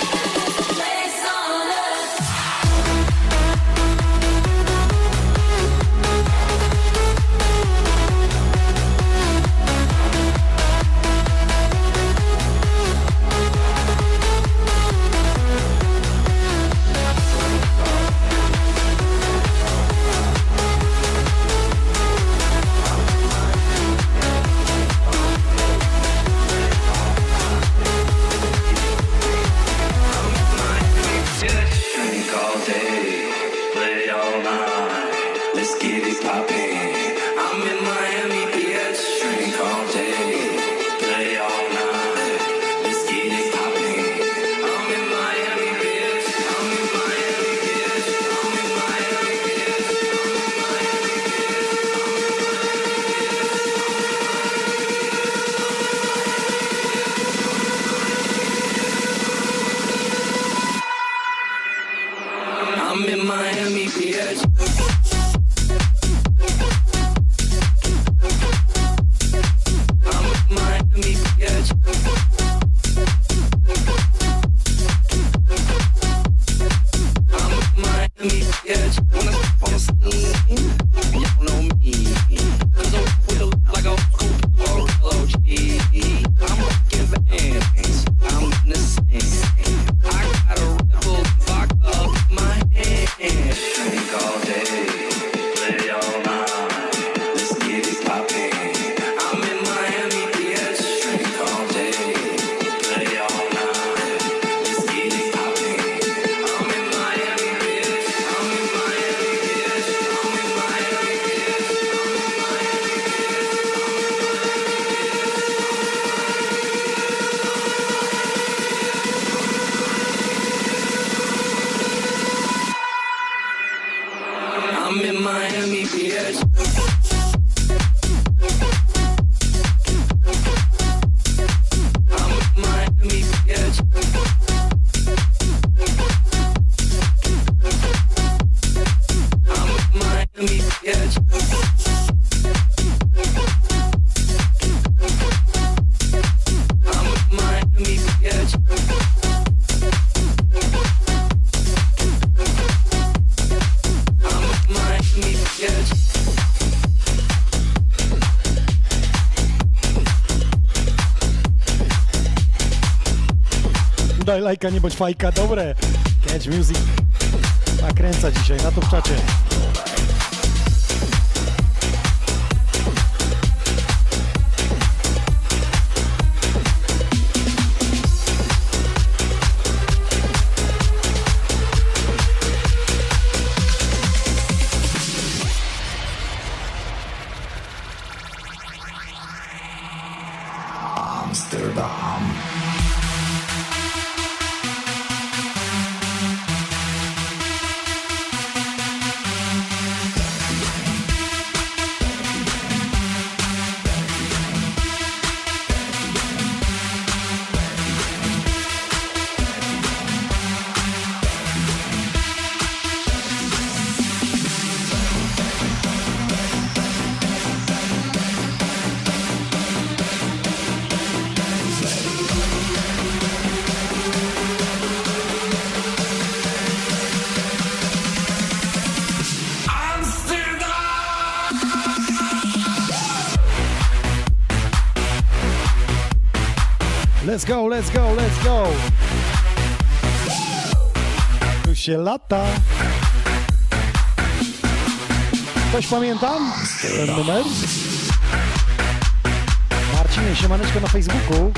Daj lajka, nie bądź fajka, dobre. Catch Music nakręca dzisiaj na to w czacie. Let's go, let's go, let's go! Tu się lata. Ktoś pamięta ten numer? Marcinie, siemaneczko na Facebooku.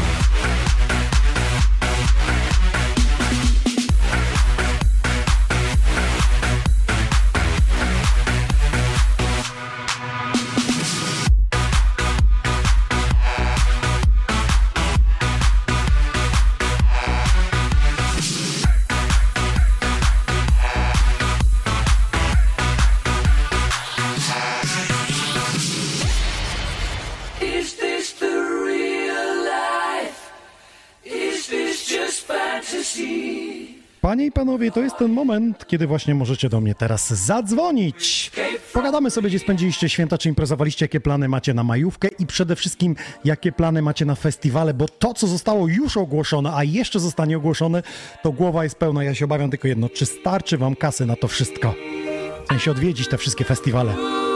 Panie i panowie, to jest ten moment, kiedy właśnie możecie do mnie teraz zadzwonić. Pogadamy sobie, gdzie spędziliście święta, czy imprezowaliście, jakie plany macie na majówkę i przede wszystkim, jakie plany macie na festiwale, bo to, co zostało już ogłoszone, a jeszcze zostanie ogłoszone, to głowa jest pełna. Ja się obawiam tylko jedno, czy starczy wam kasy na to wszystko? W sensie odwiedzić te wszystkie festiwale.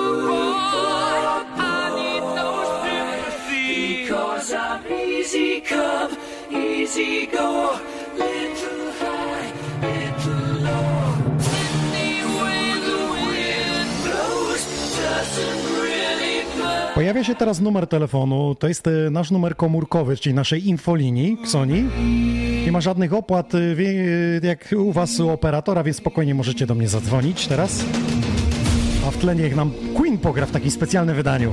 Pojawia się teraz numer telefonu, to jest nasz numer komórkowy, czyli naszej infolinii Xoni. Nie ma żadnych opłat, jak u was u operatora, więc spokojnie możecie do mnie zadzwonić teraz. A w tle niech nam Queen pogra w takim specjalnym wydaniu.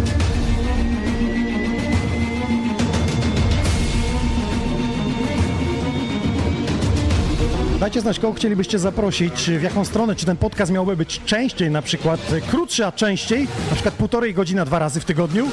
Dajcie znać, kogo chcielibyście zaprosić, w jaką stronę, czy ten podcast miałby być częściej, na przykład krótszy, a częściej, na przykład półtorej godziny, dwa razy w tygodniu.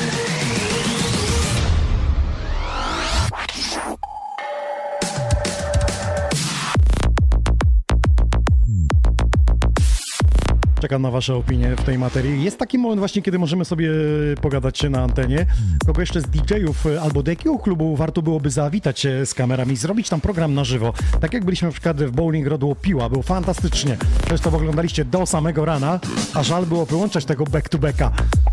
Czekam na wasze opinie w tej materii. Jest taki moment właśnie, kiedy możemy sobie pogadać na antenie. Kogo jeszcze z D J-ów albo D Q klubu warto byłoby zawitać z kamerami i zrobić tam program na żywo. Tak jak byliśmy na przykład w Bowling Road Piła. Było fantastycznie. Zresztą oglądaliście do samego rana, a żal było wyłączać tego back-to-backa.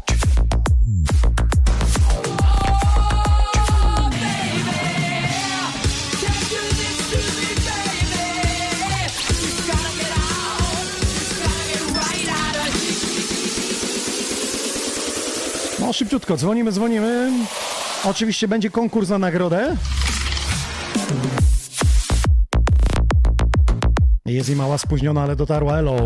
No szybciutko, dzwonimy, dzwonimy. Oczywiście będzie konkurs na nagrodę. Jest i mała spóźniona, ale dotarła. Elo.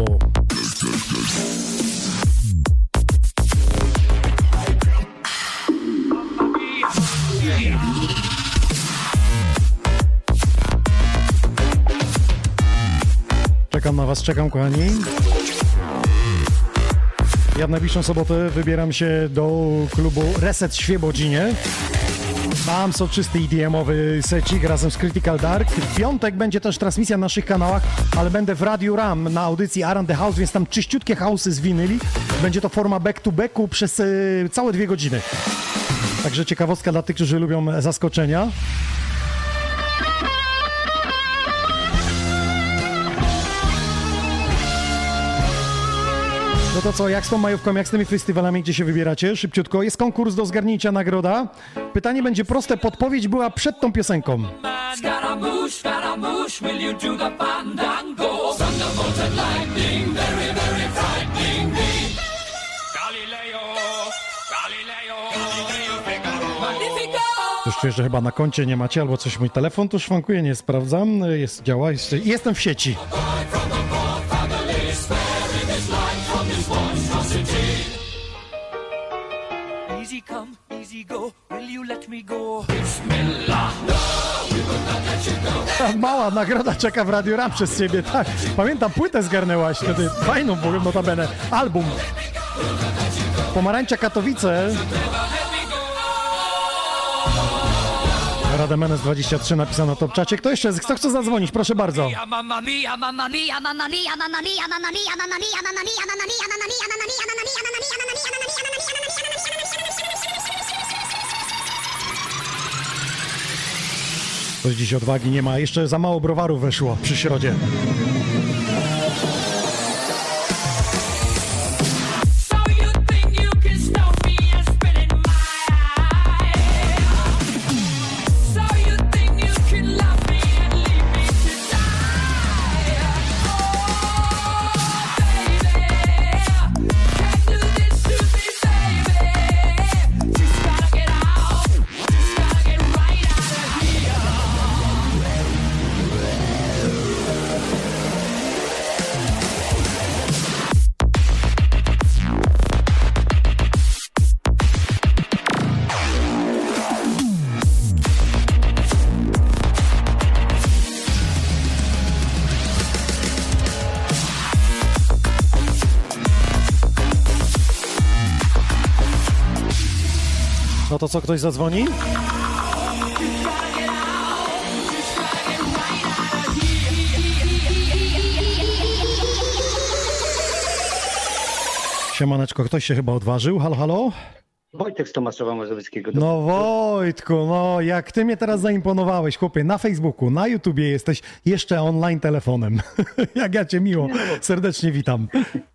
Czekam na was, czekam, kochani. Ja w najbliższą sobotę wybieram się do klubu Reset w Świebodzinie. Mam soczysty E D M-owy secik razem z Critical Dark. W piątek będzie też transmisja na naszych kanałach, ale będę w Radiu Ram na audycji Around the House, więc tam czyściutkie house'y z winyli. Będzie to forma back-to-backu przez y, całe dwie godziny. Także ciekawostka dla tych, którzy lubią zaskoczenia. No to co, jak z tą majówką, jak z tymi festiwalami, gdzie się wybieracie? Szybciutko. Jest konkurs do zgarnięcia, nagroda. Pytanie będzie proste, podpowiedź była przed tą piosenką. Scaramouche, Scaramouche, will you do the fandango? Thunderbolt and lightning, very, very frightening me. Galileo, Galileo, Galileo, Figaro, Magnifico! Już czuję, że chyba na koncie nie macie, albo coś mój telefon tu szwankuje, nie sprawdzam. Jest, działa, jest, jestem w sieci. Easy come, easy go, will you let me go? Bismillah, no, we will not let you go. Ta mała nagroda czeka w Radiu Ram przez ciebie, tak. Pamiętam, płytę zgarnęłaś wtedy, fajną w ogóle notabene, album. Pomarańcza Katowice. Rademenes dwadzieścia trzy napisano na top czacie. Kto jeszcze? Kto chce zadzwonić? Proszę bardzo. Mamma mia, mamma mia, mamma mia, mamma mia, mamma mia, mamma mia, mamma mia, mamma mia, mamma mia, mamma mia, mamma mia, mamma mia, mamma mia, mamma mia, mamma mia, Coś dziś odwagi nie ma. Jeszcze za mało browaru weszło przy środzie. No to co, ktoś zadzwoni? Siemaneczko, ktoś się chyba odważył. Halo, halo? Wojtek z Tomaszowa Mazowieckiego. No Wojtku, no jak ty mnie teraz zaimponowałeś, chłopie, na Facebooku, na YouTubie jesteś jeszcze online telefonem. Jak ja cię miło, serdecznie witam.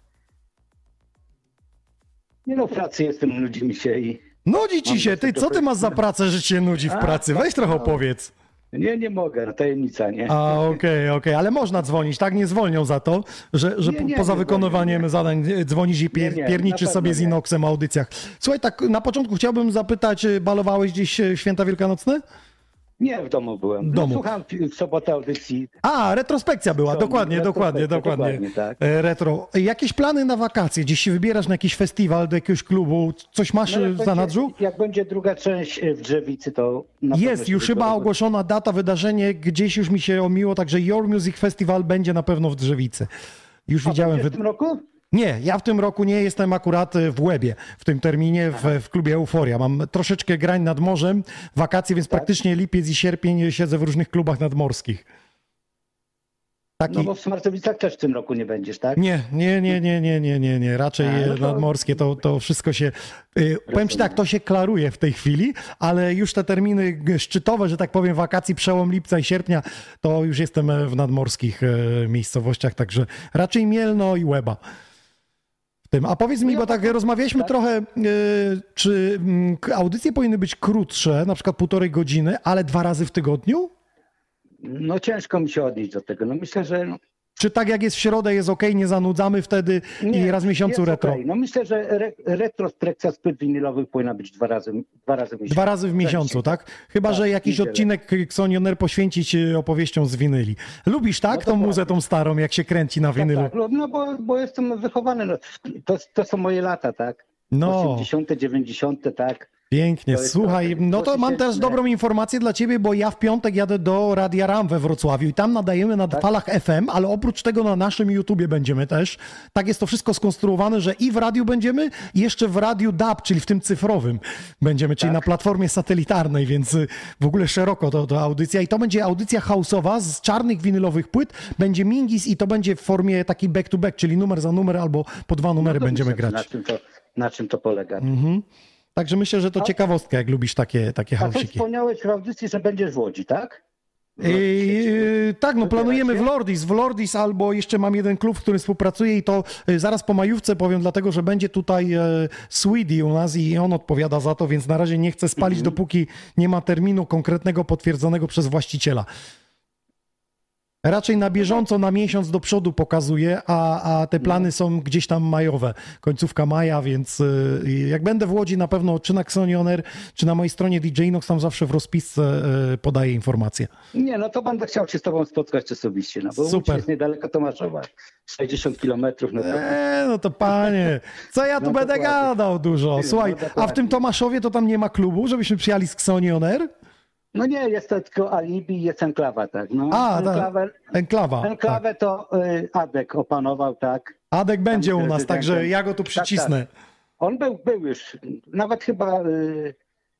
Nie no, w pracy jestem, nudzi mi się i... Nudzi ci się, ty, co ty masz za pracę, że cię nudzi w pracy? Weź trochę opowiedz. Nie, nie mogę, no tajemnica, nie? A, okej, okay, okej, okay. Ale można dzwonić, tak? Nie zwolnią za to, że, że nie, nie, poza nie wykonywaniem nie. zadań dzwonisz i pier, nie, nie, pierniczysz sobie z nie. Inoxem o audycjach. Słuchaj, tak na początku chciałbym zapytać, balowałeś dziś święta wielkanocne? Nie, w domu byłem. W domu. No, słucham w sobotę audycji. A, retrospekcja była, Co, dokładnie, dokładnie, dokładnie. dokładnie tak. Retro. Jakieś plany na wakacje? Gdzieś się wybierasz na jakiś festiwal, do jakiegoś klubu? Coś masz No, w zanadrzu? będzie, jak będzie druga część w Drzewicy, to... Na Jest już chyba wybiorę. ogłoszona data, wydarzenie, gdzieś już mi się omiło, także Your Music Festival będzie na pewno w Drzewicy. Już A widziałem... będzie Wy... w tym roku? Nie, ja w tym roku nie jestem akurat w Łebie, w tym terminie w, w klubie Euforia. Mam troszeczkę grań nad morzem, wakacje, więc Tak? praktycznie lipiec i sierpień siedzę w różnych klubach nadmorskich. Taki... No bo w Smartowicach też w tym roku nie będziesz, tak? Nie, nie, nie, nie, nie, nie, nie, nie. Raczej A, no to... nadmorskie to, to wszystko się... Y, powiem ci tak, to się klaruje w tej chwili, ale już te terminy szczytowe, że tak powiem, wakacji przełom lipca i sierpnia, to już jestem w nadmorskich y, miejscowościach, także raczej Mielno i Łeba. Tym. A powiedz mi, bo tak rozmawialiśmy tak? trochę, y, czy y, audycje powinny być krótsze, na przykład półtorej godziny, ale dwa razy w tygodniu? No ciężko mi się odnieść do tego. No myślę, że... No, czy tak jak jest w środę jest okej, nie zanudzamy wtedy nie, i raz w miesiącu jest retro? Okay. No myślę, że re, retrospekcja z płyt winylowych powinna być dwa razy, dwa razy w miesiącu. Dwa razy w miesiącu, tak? Chyba, tak, że jakiś niedzielę. odcinek Xonioner poświęcić opowieścią z winyli. Lubisz, tak? No tą tak. muzę, tą starą, jak się kręci na winylu? Tak, tak. No bo, bo jestem wychowany, no, to, to są moje lata, tak? No. osiemdziesiąte, dziewięćdziesiąte, tak? Pięknie, To jest słuchaj, tak, no to mam też dwutysięczne. dobrą informację dla ciebie, bo ja w piątek jadę do Radia Ram we Wrocławiu i tam nadajemy na Tak? falach F M, ale oprócz tego na naszym YouTubie będziemy też. Tak jest to wszystko skonstruowane, że i w radiu będziemy, i jeszcze w radiu D A B, czyli w tym cyfrowym będziemy, czyli Tak. na platformie satelitarnej, więc w ogóle szeroko to, to audycja i to będzie audycja house'owa z czarnych winylowych płyt, będzie Mingis i to będzie w formie takiej back to back, czyli numer za numer albo po dwa numery No to będziemy myślę, grać. Na czym to, na czym to polega? Mhm. Także myślę, że to A- ciekawostka, jak lubisz takie, takie A coś hausiki. wspomniałeś w audycji, że będziesz w Łodzi, tak? Yy, tak, no planujemy w Lordis, w Lordis albo jeszcze mam jeden klub, w którym współpracuję i to yy, zaraz po majówce powiem, dlatego że będzie tutaj yy, Sweetie u nas i on odpowiada za to, więc na razie nie chcę spalić, mm-hmm. dopóki nie ma terminu konkretnego potwierdzonego przez właściciela. Raczej na bieżąco, na miesiąc do przodu pokazuję, a, a te plany są gdzieś tam majowe, końcówka maja, więc y, jak będę w Łodzi na pewno czy na Xoni On Air, czy na mojej stronie D J Inox, tam zawsze w rozpisce y, podaję informacje. Nie, no to będę chciał się z tobą spotkać osobiście, no bo Super. Łódź jest niedaleko Tomaszowa, sześćdziesiąt kilometrów. No to... Eee, no to panie, co ja tu no będę gadał dużo. Słuchaj, no a w tym Tomaszowie to tam nie ma klubu, żebyśmy przyjechali z Xoni On Air? No nie, jest to tylko alibi i jest enklawa, tak. No, A, enklawę, ta, enklawa. Enklawę tak. to y, Adek opanował, tak. Adek będzie u nas, także ja go tu przycisnę. Tak, tak. On był, był już, nawet chyba y,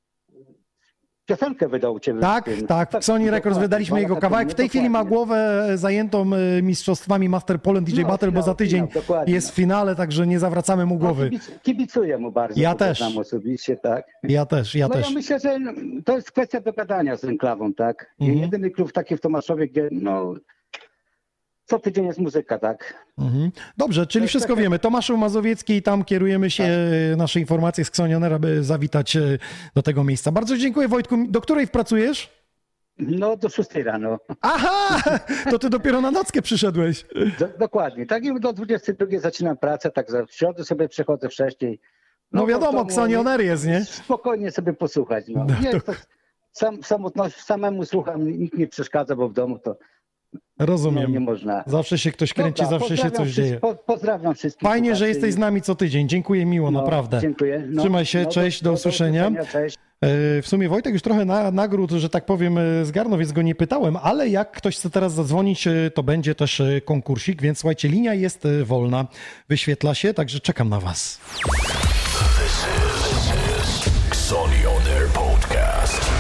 piosenkę wydał u ciebie. Tak, tak, w Sony Records wydaliśmy jego kawałek. W tej chwili ma głowę zajętą mistrzostwami Master Poland D J no, Battle, finał, bo za tydzień finał, jest w finale, także nie zawracamy mu głowy. No, kibic, kibicuję mu bardzo. Ja też. Osobiście, tak. Ja też, ja no, też. Ja myślę, że to jest kwestia dogadania z enklawą, tak. Mhm. Jedyny klub taki w Tomaszowie, gdzie no... Co tydzień jest muzyka, tak? Mhm. Dobrze, czyli wszystko wiemy. Tomaszu Mazowiecki, tam kierujemy się tak. nasze informacje z Xoni On Air, aby zawitać do tego miejsca. Bardzo dziękuję, Wojtku. Do której pracujesz? No do szóstej rano. Aha! To ty dopiero na nockę przyszedłeś. Do, dokładnie. Tak i do dwudziestej drugiej zaczynam pracę, tak za środę sobie przychodzę wcześniej. No, no wiadomo, Xoni On Air jest, nie? Spokojnie sobie posłuchać. No. No nie, to... Sam, samotność, samemu słucham, nikt nie przeszkadza, bo w domu to Rozumiem. No, nie można. Zawsze się ktoś kręci, Dobra, zawsze się coś dzieje. Po, pozdrawiam wszystkich. Fajnie, słuchaczy. Że jesteś z nami co tydzień. Dziękuję miło, no, naprawdę. Dziękuję. No, Trzymaj się, no, cześć, do, do usłyszenia. Do cześć. W sumie Wojtek już trochę na, nagród, że tak powiem, zgarnął, więc go nie pytałem, ale jak ktoś chce teraz zadzwonić, to będzie też konkursik, więc słuchajcie, linia jest wolna, wyświetla się, także czekam na was. This is Xoni On Air Podcast.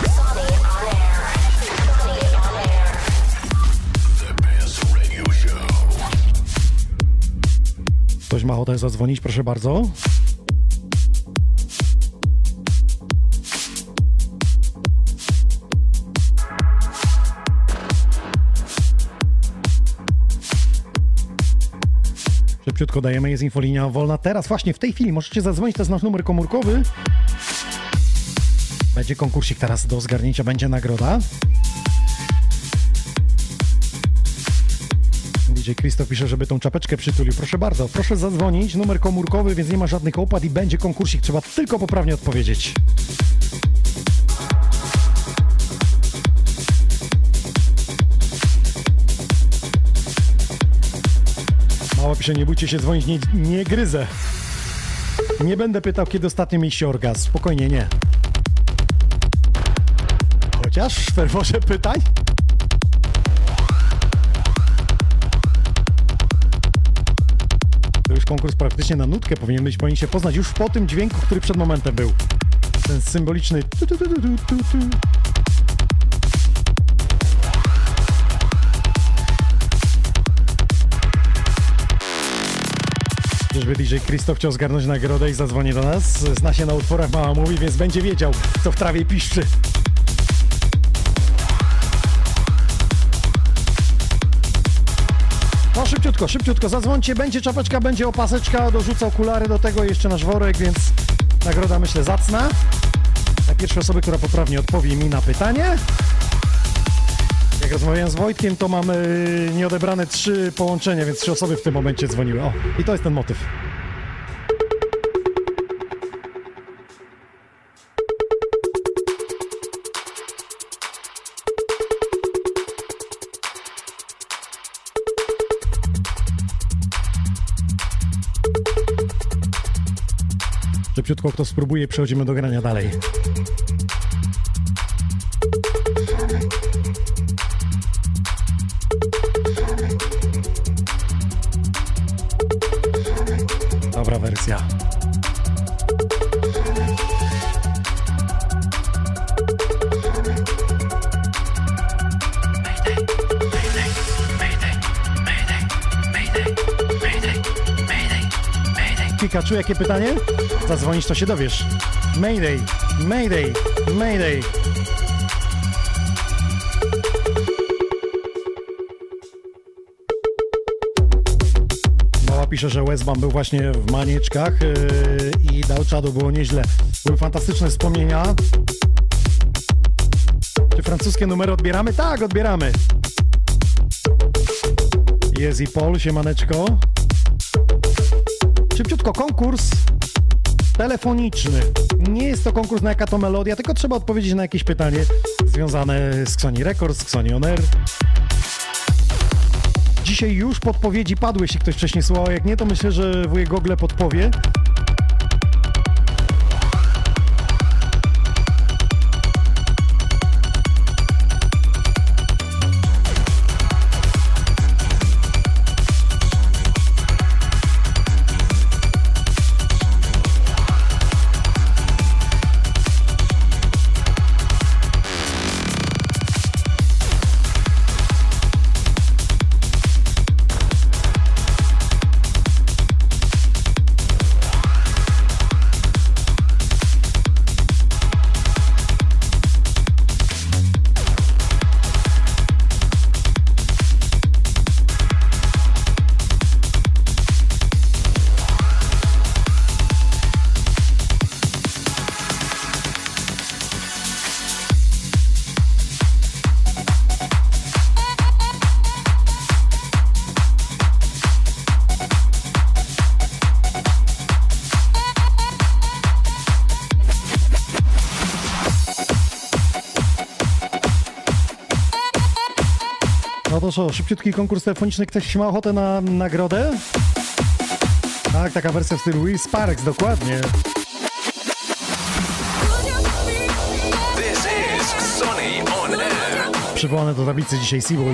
Ktoś ma ochotę zadzwonić, proszę bardzo. Szybciutko dajemy, jest infolinia wolna. Teraz właśnie w tej chwili możecie zadzwonić, to jest nasz numer komórkowy. Będzie konkursik teraz do zgarnięcia, będzie nagroda. D J Krzysztof pisze, żeby tą czapeczkę przytulił. Proszę bardzo, proszę zadzwonić, numer komórkowy, więc nie ma żadnych opłat i będzie konkursik. Trzeba tylko poprawnie odpowiedzieć. Mała pisze, nie bójcie się dzwonić, nie, nie gryzę. Nie będę pytał, kiedy ostatnio mieliście orgazm. Spokojnie, nie. Chociaż w ferworze pytań? To już konkurs praktycznie na nutkę powinien być, powinien się poznać już po tym dźwięku, który przed momentem był. Ten symboliczny tu, tu, tu, tu, tu, tu. Czyżby D J Krzysztof chciał zgarnąć nagrodę i zadzwoni do nas? Zna się na utworach, mama mówi, więc będzie wiedział, co w trawie piszczy. No szybciutko, szybciutko, zadzwońcie, będzie czapeczka, będzie opaseczka, dorzucę okulary do tego, jeszcze nasz worek, więc nagroda myślę zacna. Dla pierwszej osoby, która poprawnie odpowie mi na pytanie. Jak rozmawiałem z Wojtkiem, to mamy nieodebrane trzy połączenia, więc trzy osoby w tym momencie dzwoniły. O, i to jest ten motyw. Szybciutko kto spróbuje, przechodzimy do grania dalej. Dobra wersja. Pikachu, jakie pytanie? Zadzwonisz, to się dowiesz. Mayday, Mayday, Mayday. pisze, że Westbam był właśnie w Manieczkach yy, i dał czadu, było nieźle. Były fantastyczne wspomnienia. Czy francuskie numery odbieramy? Tak, odbieramy. Jest i Paul, siemaneczko. Szybciutko, konkurs telefoniczny. Nie jest to konkurs na jaka to melodia, tylko trzeba odpowiedzieć na jakieś pytanie związane z Xoni Records, z Xoni On Air. Dzisiaj już podpowiedzi padły, jeśli ktoś wcześniej słuchał, jak nie, to myślę, że wujek Google podpowie. To co, szybciutki konkurs telefoniczny. Ktoś ma ochotę na nagrodę? Tak, taka wersja w stylu Will Sparks, dokładnie. This is Xoni On Air. Przywołane do tablicy dzisiaj Seabull.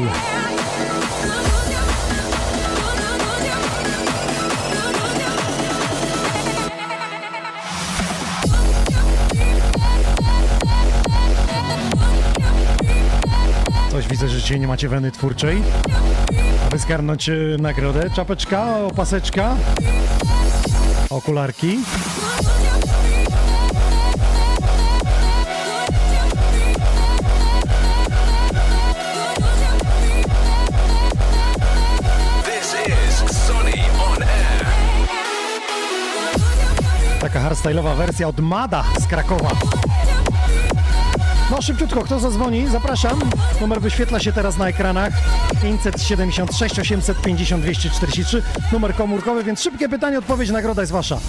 Coś widzę, że dzisiaj nie macie weny twórczej. Aby zgarnąć nagrodę, czapeczka, opaseczka, okularki. This is Xoni On Air. Taka hardstyle'owa wersja od Mada z Krakowa. No szybciutko, kto zadzwoni? Zapraszam. Numer wyświetla się teraz na ekranach. pięćset siedemdziesiąt sześć osiemset pięćdziesiąt dwieście czterdzieści trzy. Numer komórkowy, więc szybkie pytanie, odpowiedź, nagroda jest wasza.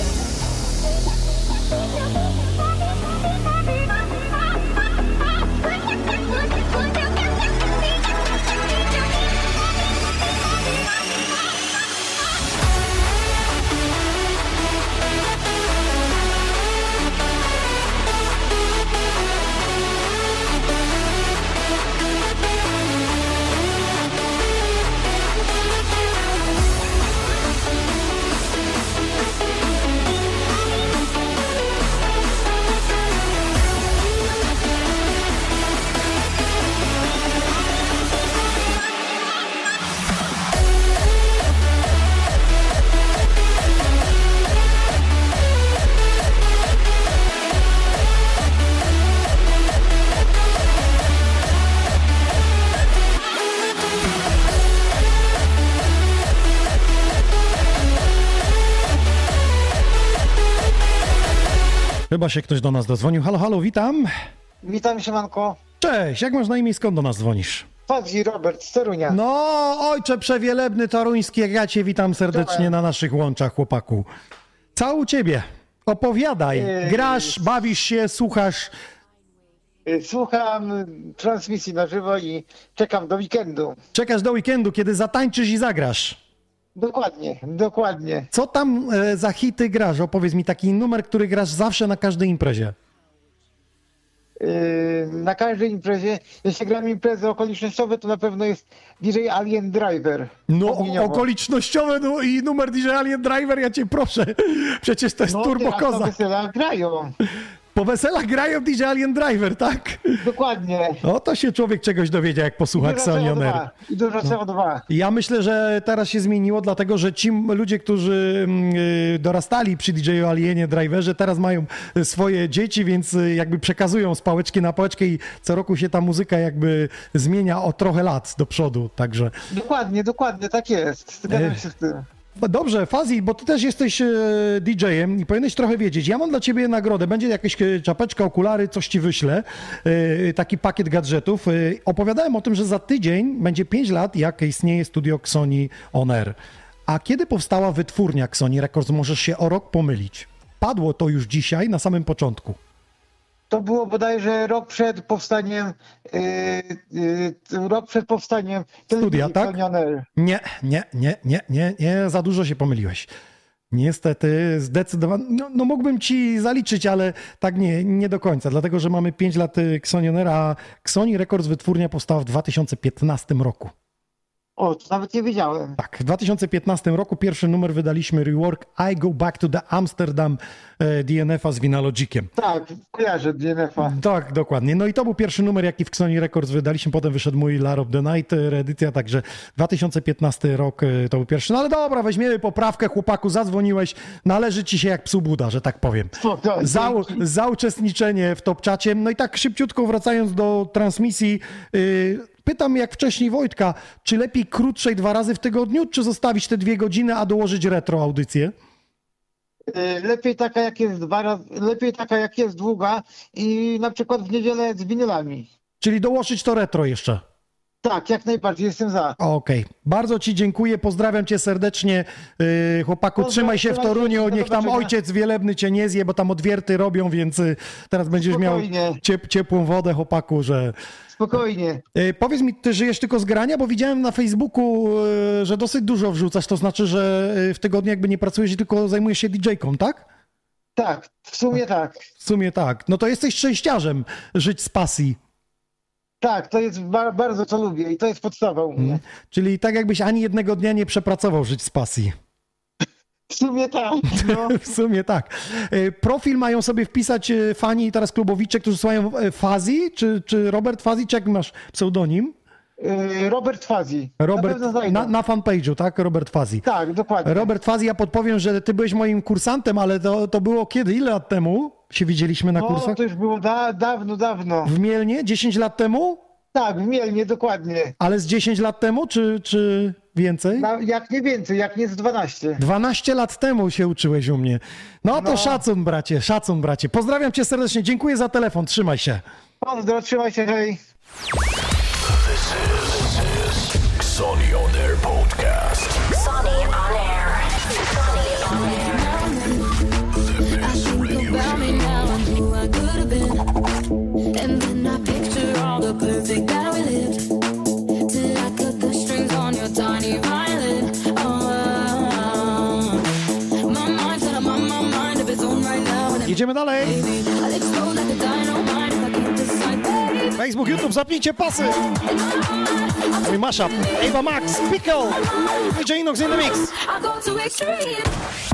Chyba się ktoś do nas dozwonił. Halo, halo, witam. Witam, siemanko. Cześć, jak masz na imię i skąd do nas dzwonisz? Fadzi Robert z Torunia. No, ojcze przewielebny toruński, jak ja cię witam serdecznie Czołem. Na naszych łączach, chłopaku. Co u ciebie? Opowiadaj. Yy... Grasz, bawisz się, słuchasz? Słucham transmisji na żywo i czekam do weekendu. Czekasz do weekendu, kiedy zatańczysz i zagrasz. Dokładnie, dokładnie. Co tam e, za hity grasz? Opowiedz mi taki numer, który grasz zawsze na każdej imprezie. Yy, na każdej imprezie, jeśli gram imprezy okolicznościowe, to na pewno jest D J Alien Driver. No okolicznościowe no, i numer D J Alien Driver, ja cię proszę. Przecież to jest no, Turbo Kozak. No wesela grają. Po weselach grają D J Alien Driver, tak? Dokładnie. No to się człowiek czegoś dowiedział, jak posłucha Xoni On Air. I dużo C O dwa. Ja myślę, że teraz się zmieniło, dlatego że ci ludzie, którzy yy, dorastali przy D J Alienie Driverze, teraz mają swoje dzieci, więc yy, jakby przekazują z pałeczki na pałeczkę i co roku się ta muzyka jakby zmienia o trochę lat do przodu, także... Dokładnie, dokładnie, tak jest. Zgadzam się z tym. Dobrze, Fazi, bo ty też jesteś e, didżejem i powinieneś trochę wiedzieć. Ja mam dla ciebie nagrodę. Będzie jakaś e, czapeczka, okulary, coś ci wyślę. E, taki pakiet gadżetów. E, opowiadałem o tym, że za tydzień będzie pięć lat, jak istnieje studio Xoni On Air. A kiedy powstała wytwórnia Xoni Records? Możesz się o rok pomylić. Padło to już dzisiaj, na samym początku. To było bodajże rok przed powstaniem, yy, yy, rok przed powstaniem Studia, tak? Xoni On Air. Nie, nie, nie, nie, nie, nie, za dużo się pomyliłeś. Niestety, zdecydowanie, no, no mógłbym ci zaliczyć, ale tak nie, nie do końca, dlatego że mamy pięć lat Xoni On Air, a Xoni Records wytwórnia powstała w dwa tysiące piętnastym roku. O, to nawet nie wiedziałem. Tak, w dwa tysiące piętnastym roku pierwszy numer wydaliśmy, rework I Go Back to the Amsterdam e, D N F-a z Vinalogiciem. Tak, kojarzę D N F-a. Tak, dokładnie. No i to był pierwszy numer, jaki w Xoni Records wydaliśmy. Potem wyszedł mój Lar of the Night reedycja, także dwa tysiące piętnasty rok e, to był pierwszy. No ale dobra, weźmiemy poprawkę, chłopaku, zadzwoniłeś, należy ci się jak psu Buda, że tak powiem. Spokojnie. Za, za uczestniczenie w Top Czacie. No i tak szybciutko wracając do transmisji, yy, pytam jak wcześniej Wojtka, czy lepiej krótszej dwa razy w tygodniu, czy zostawić te dwie godziny, a dołożyć retro audycję? Lepiej taka jak jest dwa razy, lepiej taka jak jest długa i na przykład w niedzielę z winylami. Czyli dołożyć to retro jeszcze? Tak, jak najbardziej, jestem za. Okej, okay. Bardzo ci dziękuję, pozdrawiam cię serdecznie, yy, chłopaku, Pozdrawiam, trzymaj się w Toruniu, niech tam zobaczenia. ojciec wielebny cię nie zje, bo tam odwierty robią, więc yy, teraz będziesz Spokojnie. miał ciep ciepłą wodę, chłopaku, że... Spokojnie. Yy, powiedz mi, ty żyjesz tylko z grania, bo widziałem na Facebooku, yy, że dosyć dużo wrzucasz, to znaczy, że yy, w tygodniu jakby nie pracujesz i tylko zajmujesz się didżejką, tak? Tak, w sumie tak. W sumie tak, no to jesteś szczęściarzem, żyć z pasji. Tak, to jest ba bardzo co lubię i to jest podstawa u mnie. Hmm. Czyli tak jakbyś ani jednego dnia nie przepracował żyć z pasji. W sumie tak. No. W sumie tak. Profil mają sobie wpisać fani teraz klubowicze, którzy słuchają Fazi, czy, czy Robert Fazi, czy jak masz pseudonim? Robert Fazi. Robert, na, na, na fanpage'u, tak? Robert Fazi. Tak, dokładnie. Robert Fazi, ja podpowiem, że ty byłeś moim kursantem, ale to, to było kiedy? Ile lat temu się widzieliśmy na no, kursach? To już było da dawno, dawno. W Mielnie? dziesięć lat temu? Tak, w Mielnie, dokładnie. Ale z dziesięć lat temu, czy, czy więcej? Na, jak nie więcej, jak nie z dwanaście. dwanaście lat temu się uczyłeś u mnie. No to No. szacun, bracie, szacun, bracie. Pozdrawiam cię serdecznie, dziękuję za telefon, trzymaj się. Pozdro, trzymaj się, hej. This is, this is Xoni On Air Podcast. Xoni On Air. Xoni On Air. About me now and who I could have been, and then I picture all the perfect that we lived, till I cut the strings on your tiny violin. Oh, my mind's out of my, my mind of its own right now. And Jedziemy dalej. baby, I'll explode like a dynamite if I can't decide, baby. Facebook, YouTube, zapnijcie pasy. Mój mashup. Ava Max, Pickle, D J Inox in the mix. I go to extreme.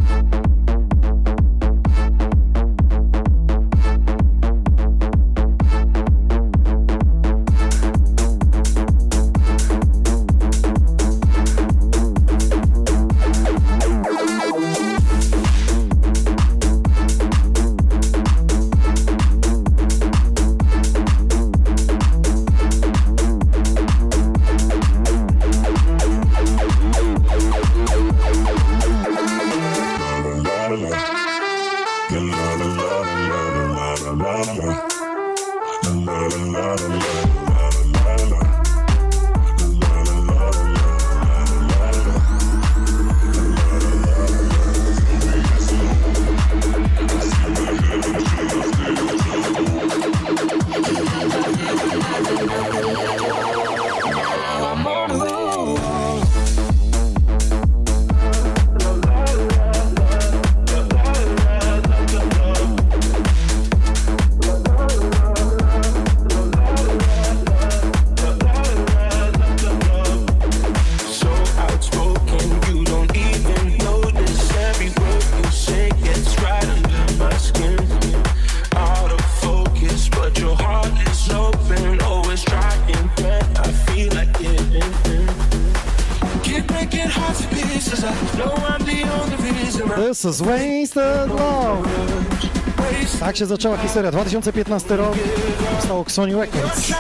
This is Wasted Love. Tak się zaczęła historia. dwa tysiące piętnasty rok. Powstało Xoni Records.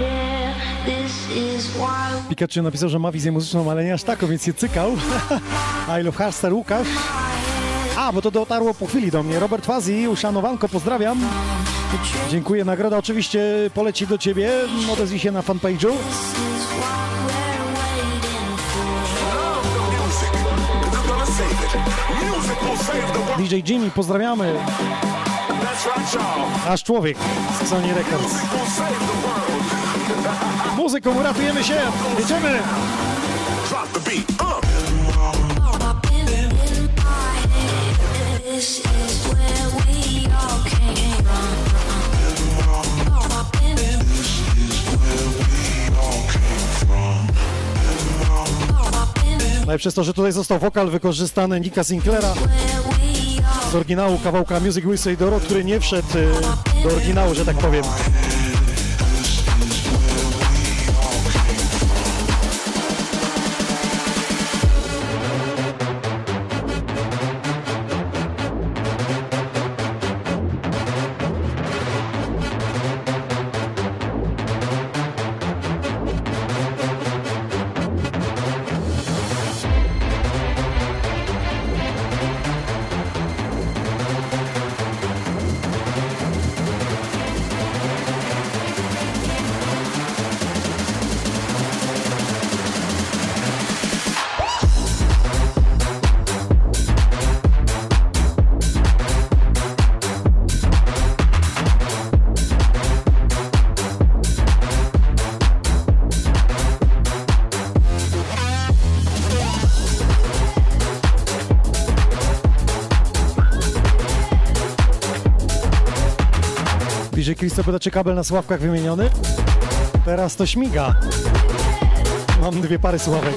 Pikachu napisał, że ma wizję muzyczną, ale nie aż taką, więc się cykał. I love Harster Łukasz. A, bo to dotarło po chwili do mnie. Robert Fazi, uszanowanko, pozdrawiam. Dziękuję, nagroda oczywiście poleci do ciebie. Odezwij się na fanpage'u. D J Jimmy, pozdrawiamy. Nasz człowiek z Sony Records. Muzyką uratujemy się. Jedziemy. No i przez to, że tutaj został wokal wykorzystany Nicka Sinclaira z oryginału kawałka Music Will Say Doro, który nie wszedł do oryginału, że tak powiem. D J Christo pyta, czy kabel na słuchawkach wymieniony? Teraz to śmiga. Mam dwie pary słuchawek.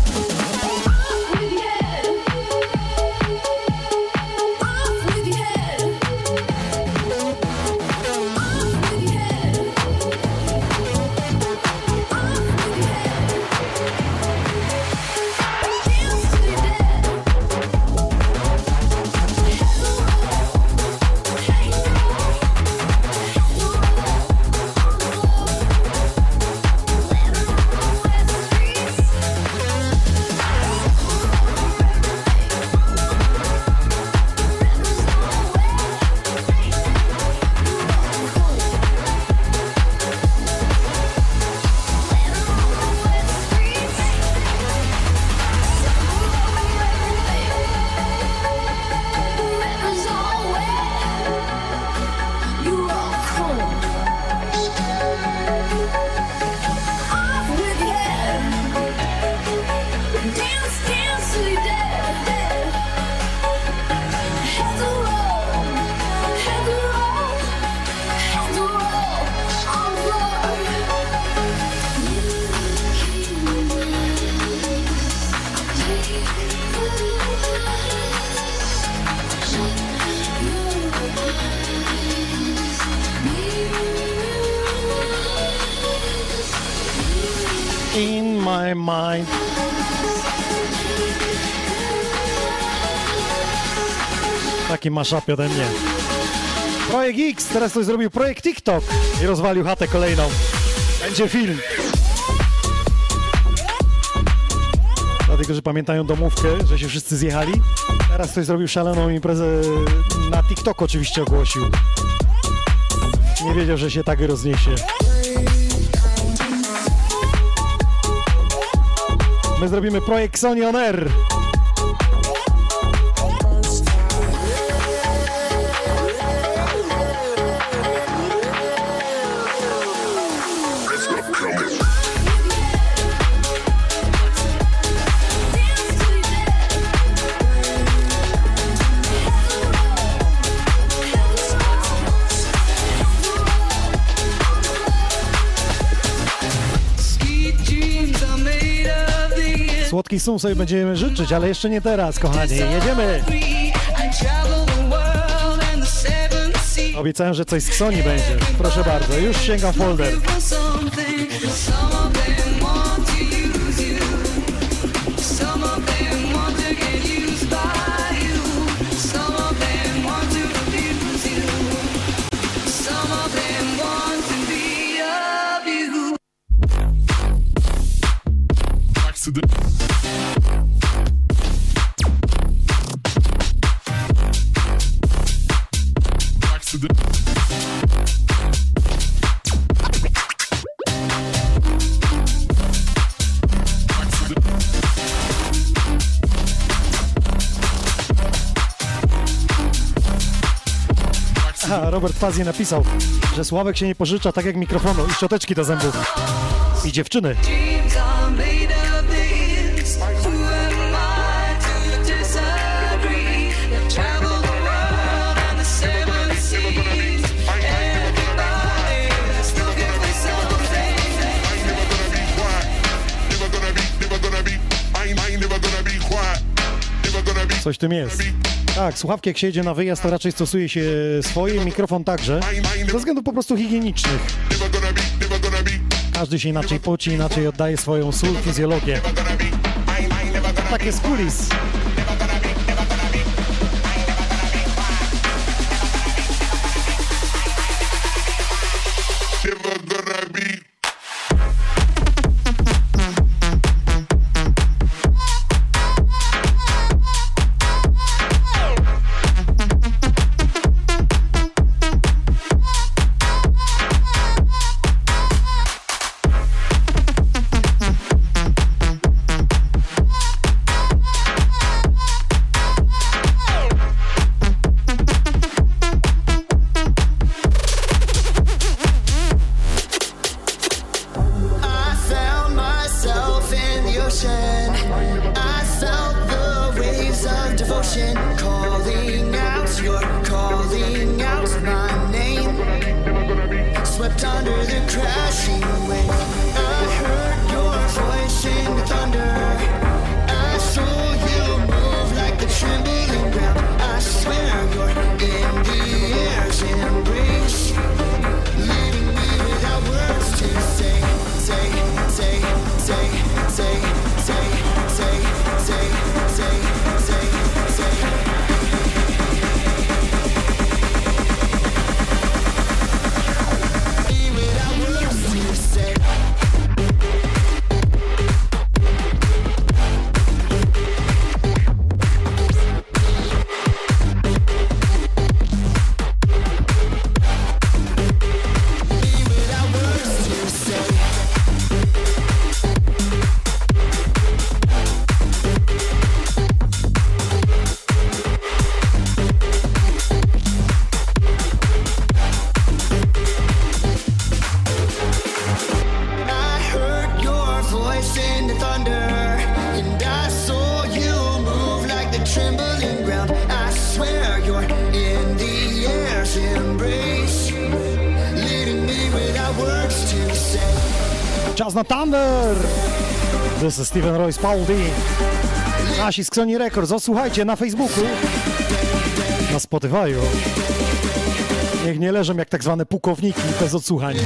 In my mind. Taki mashup ode mnie. Projekt X, teraz ktoś zrobił projekt TikTok i rozwalił chatę kolejną. Będzie film. Dlatego, że pamiętają domówkę, że się wszyscy zjechali. Teraz ktoś zrobił szaloną imprezę na TikTok, oczywiście ogłosił. Nie wiedział, że się tak rozniesie. My zrobimy projekt Sony On Air. Słodkich sum sobie będziemy życzyć, ale jeszcze nie teraz, kochani. Jedziemy! Obiecałem, że coś z Sony będzie. Proszę bardzo, już sięgam folder. A, Robert Fazji napisał, że Sławek się nie pożycza tak jak mikrofonu i szczoteczki do zębów. I dziewczyny. Coś w tym jest. Tak, słuchawki jak się jedzie na wyjazd, to raczej stosuje się swoje, mikrofon także, ze względów po prostu higienicznych. Każdy się inaczej poci, inaczej oddaje swoją sól, fizjologię. Tak jest kulis. Czas na Thunder! This is Steven Royce, Paul D. Nasi z Xoni Records. Odsłuchajcie na Facebooku, na Spotify'u. Niech nie leżą jak tak zwane pukowniki bez odsłuchań.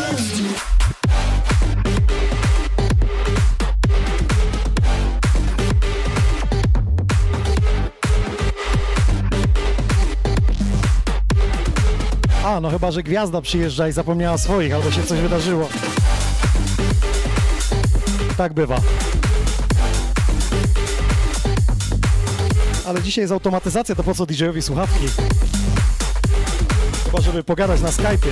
A, no chyba, że gwiazda przyjeżdża i zapomniała swoich, albo się coś wydarzyło. Tak bywa. Ale dzisiaj jest automatyzacja, to po co D J-owi słuchawki? Chyba, żeby pogadać na Skype'ie.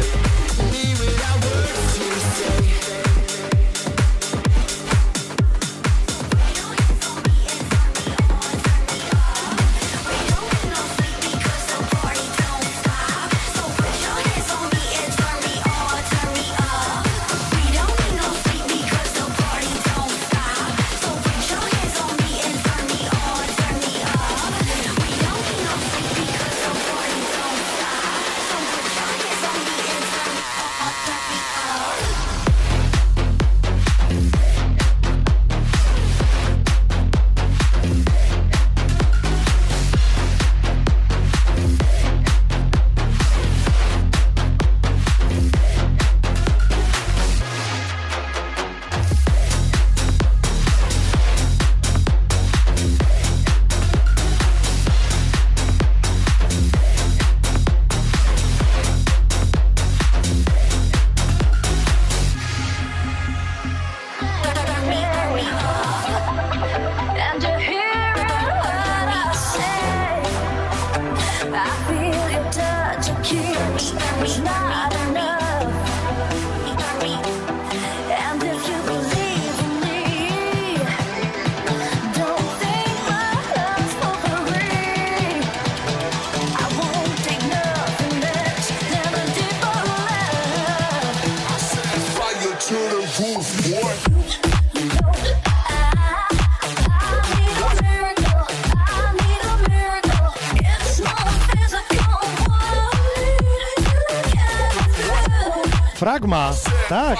Fragma, tak.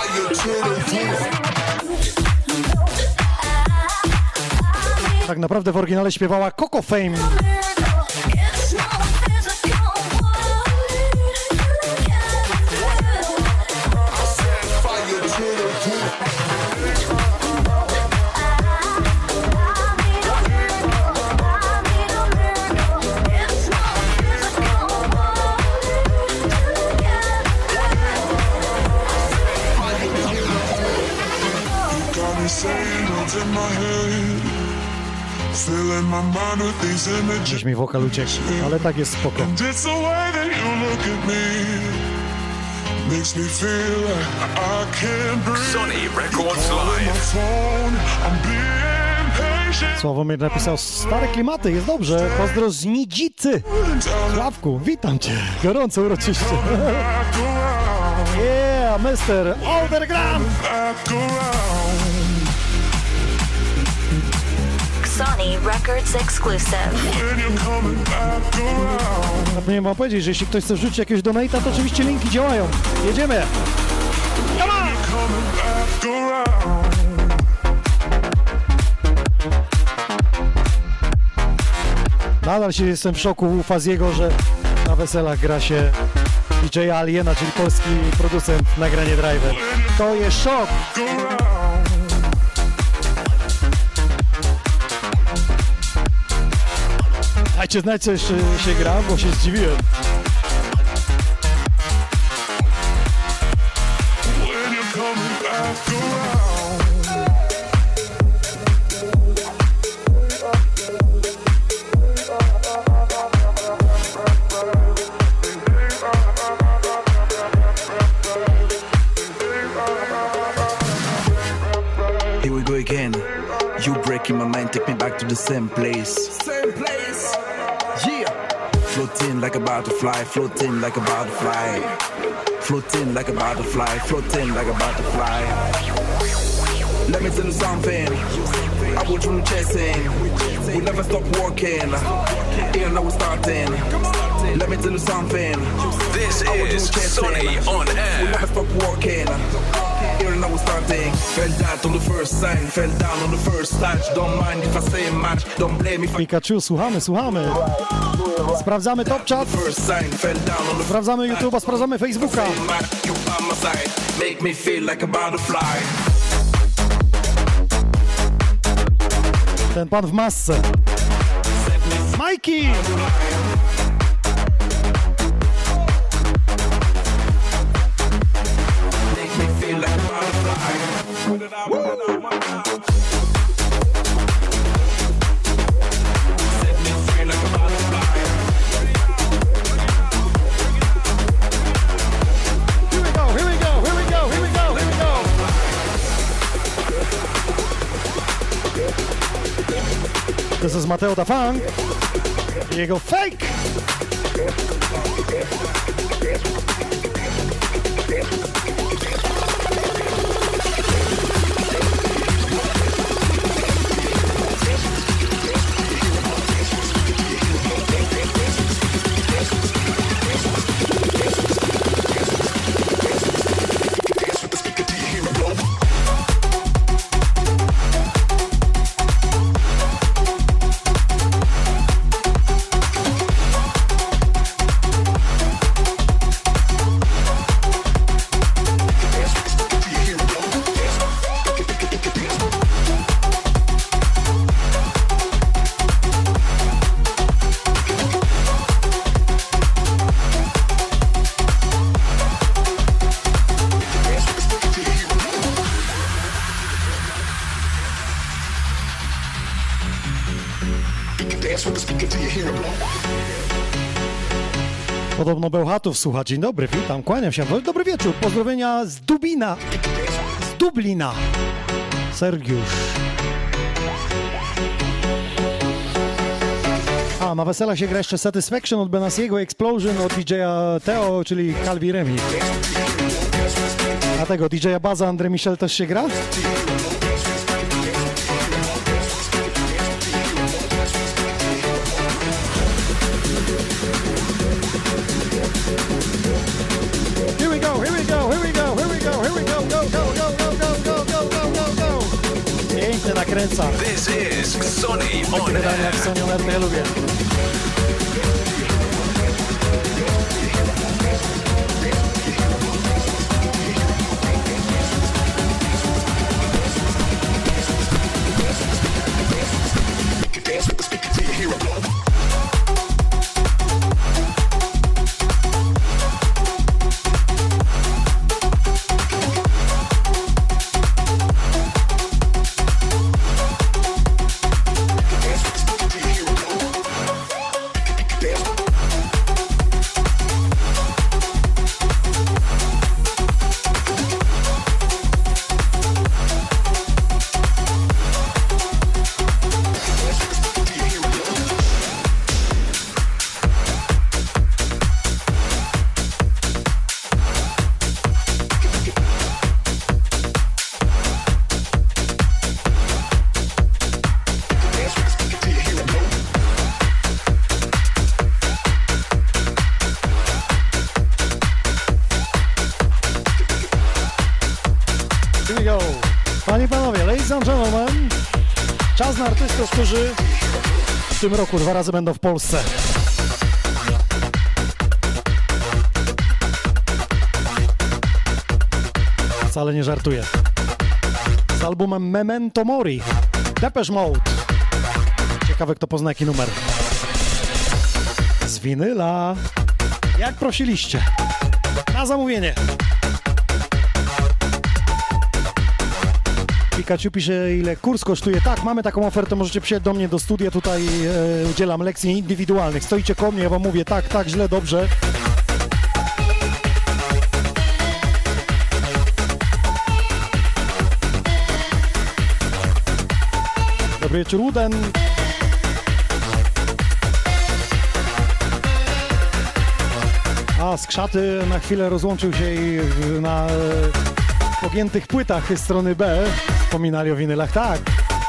Tak naprawdę w oryginale śpiewała Coco Fame. Gdzieś mi wokal uciekł, ale tak jest spoko. Sony Records Live. Sławomir napisał stare klimaty, jest dobrze. Pozdro z Nidzicy. Sławku, witam cię. Gorąco, uroczyście. Yeah, mister Underground. Sony Records exclusive. Zapomniałem wam powiedzieć, że jeśli ktoś chce wrzucić jakiegoś donate'a, to oczywiście linki działają. Jedziemy! Come on! Nadal się jestem w szoku u Faziego, że na weselach gra się D J Aliena, czyli polski producent nagranie Driver. To jest szok! Dajcie znać, co jeszcze się gra, bo się zdziwiłem. Here we go again. You breaking my mind, take me back to the same place. Same place. Yeah. Floating like a butterfly, floating like a butterfly. Floating like a butterfly, floating like a butterfly. Let me tell you something. I want you chasing. We never stop walking. Here now we're starting. Let me tell you something. This is Sony on We air. never stop walking. Here now we're starting. Fell down on the first sign, fell down on the first touch. Don't mind if I say much, don't blame me if I Pikachu, słuchamy, słuchamy. Sprawdzamy Top Chat, first sign, fell down on the sprawdzamy YouTube'a, sprawdzamy Facebooka. same much. You by my side, make me feel like a butterfly. Ten pan w masce. Majki! Make me feel like a butterfly. Set me free like a butterfly. Here we go, here we go, here we go, here we go, here we go. This is Mateo da Funk. I jego fake. Podobno Bełchatów słucha. Dzień dobry, witam, kłaniam się. Dobry wieczór, pozdrowienia z Dubina, z Dublina. Sergiusz. A, na weselach się gra jeszcze Satisfaction od Benasiego, Explosion od D J-a Teo, czyli Calvi Remi. A tego D J-a Baza André Michel też się gra? Here we go, here we go, here we go. nakręca. This is Xoni On Takie wydania jak Xoni On Air, to ja lubię. Panie i panowie, ladies and gentlemen, czas na artystów, którzy w tym roku dwa razy będą w Polsce. Wcale nie żartuję. Z albumem Memento Mori, Depeche Mode. Ciekawe, kto pozna jaki numer. Z winyla. Jak prosiliście. Na zamówienie. Pikachu pisze, ile kurs kosztuje. Tak, mamy taką ofertę, możecie przyjść do mnie do studia, tutaj e, udzielam lekcji indywidualnych. Stoicie koło mnie, ja wam mówię tak, tak, źle, dobrze. Dobry wieczór, Uden. A, Skrzaty na chwilę rozłączył się i na pogiętych płytach strony B wspominali o winylach, tak.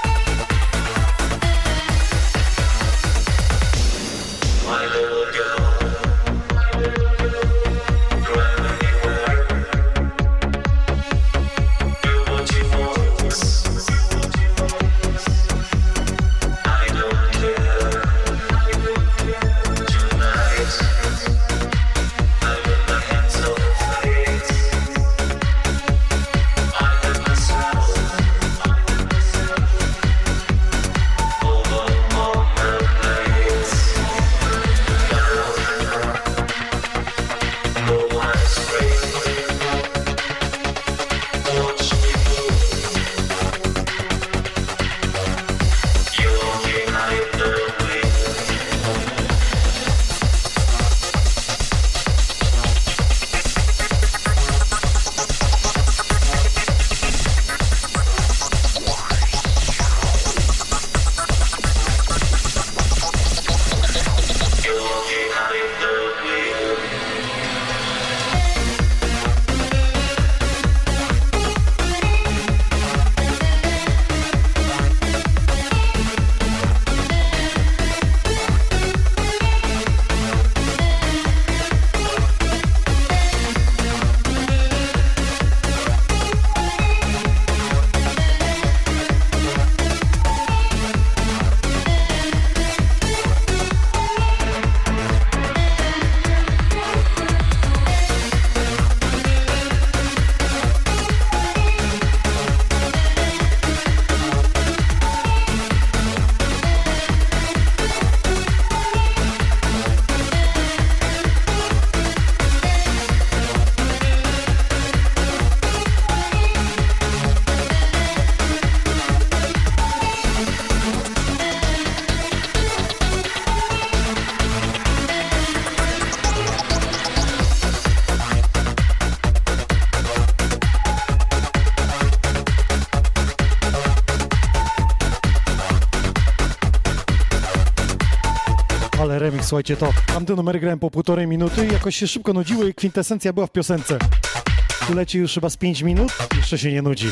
Ale remix, słuchajcie, to tamte numery grałem po półtorej minuty i jakoś się szybko nudziły i kwintesencja była w piosence. Tu leci już chyba z pięć minut, jeszcze się nie nudzi.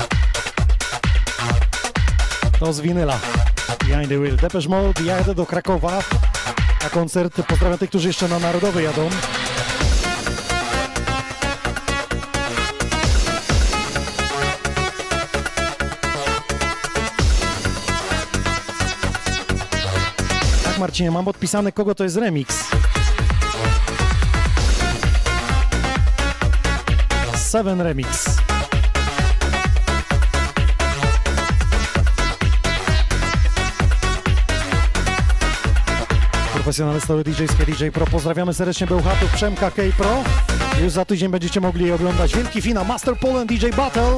To z winyla. Behind the Wheel, Depeche Mode. Ja jadę do Krakowa na koncert. Pozdrawiam tych, którzy jeszcze na Narodowy jadą. Marcinie, mam odpisane, kogo to jest remix. Seven Remix. Profesjonalista D J z D J Pro. Pozdrawiamy serdecznie Bełchatów, Przemka K Pro. Już za tydzień będziecie mogli oglądać wielki finał Master Poland D J Battle.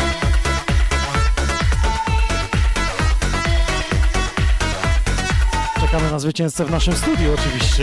Czekamy na zwycięzcę w naszym studiu oczywiście.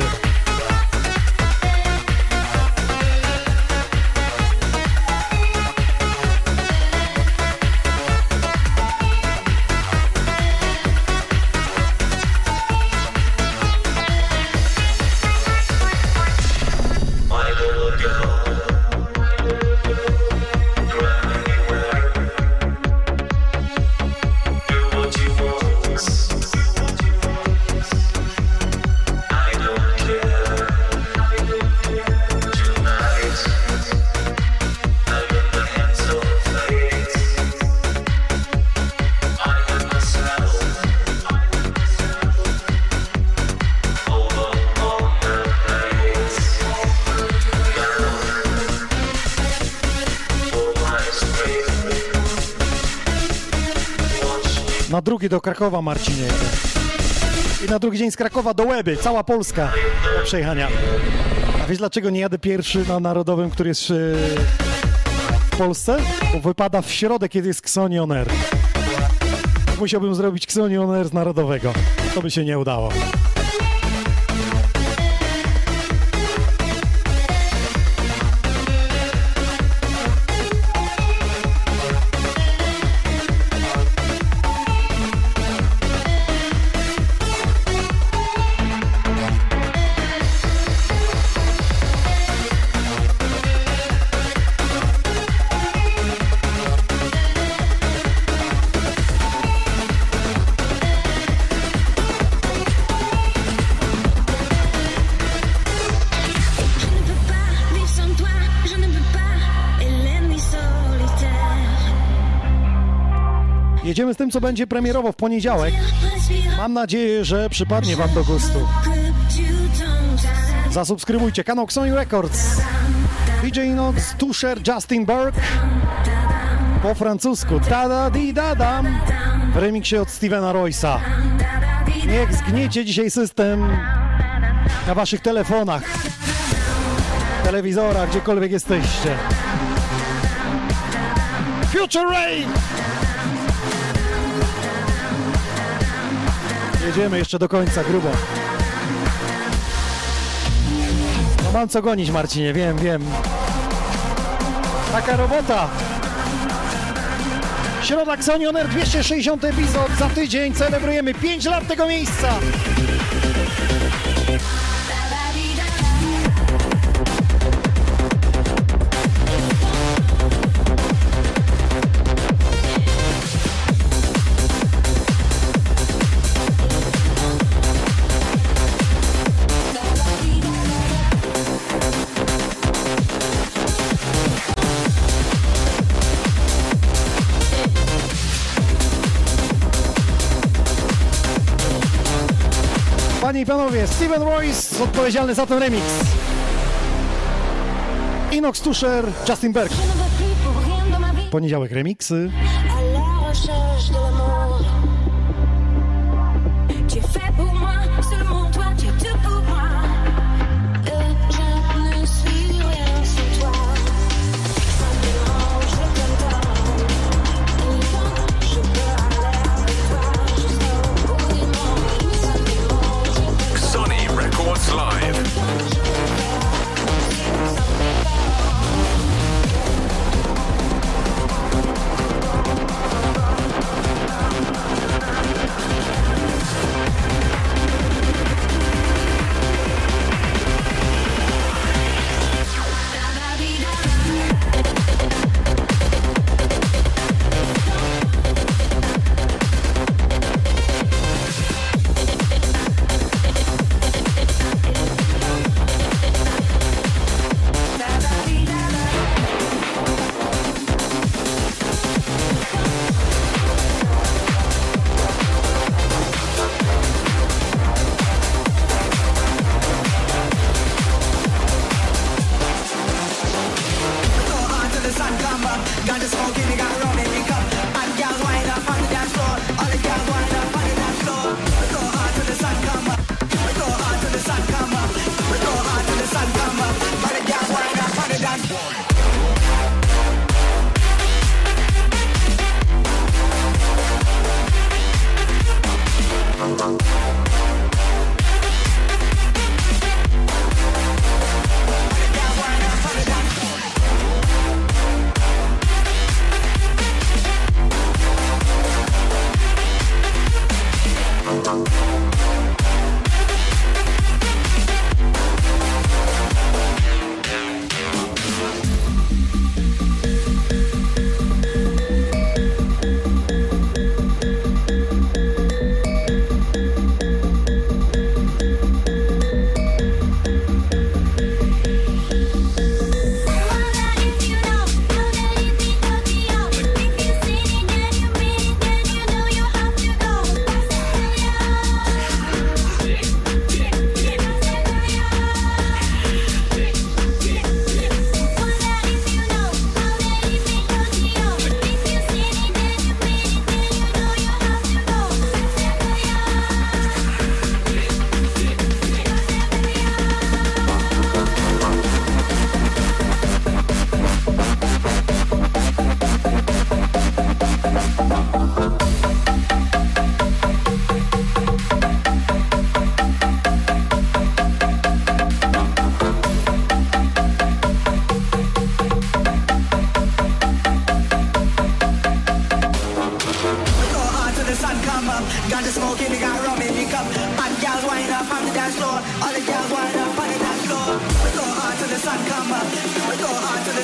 Na drugi do Krakowa, Marcinie. I na drugi dzień z Krakowa do Łeby. Cała Polska do przejechania. A wiesz, dlaczego nie jadę pierwszy na Narodowym, który jest w Polsce? Bo wypada w środę, kiedy jest Xoni On Air. Musiałbym zrobić Xoni On Air z Narodowego. To by się nie udało. Jedziemy z tym, co będzie premierowo w poniedziałek. Mam nadzieję, że przypadnie wam do gustu. Zasubskrybujcie kanał Xoni Records. D J Inox, Tusher, Justin Burke. Po francusku Tada di dadam w remiksie od Stevena Royce'a. Niech zgniecie dzisiaj system na waszych telefonach, telewizorach, gdziekolwiek jesteście. Future Ray! Jedziemy jeszcze do końca, grubo. No mam co gonić, Marcinie, wiem, wiem. Taka robota. Środa Xoni On Air, dwieście sześćdziesiąty epizod, za tydzień celebrujemy pięć lat tego miejsca. Panie i panowie, Steven Royce odpowiedzialny za ten remix. Inox, Tusher, Justin Burke. Poniedziałek remiksy.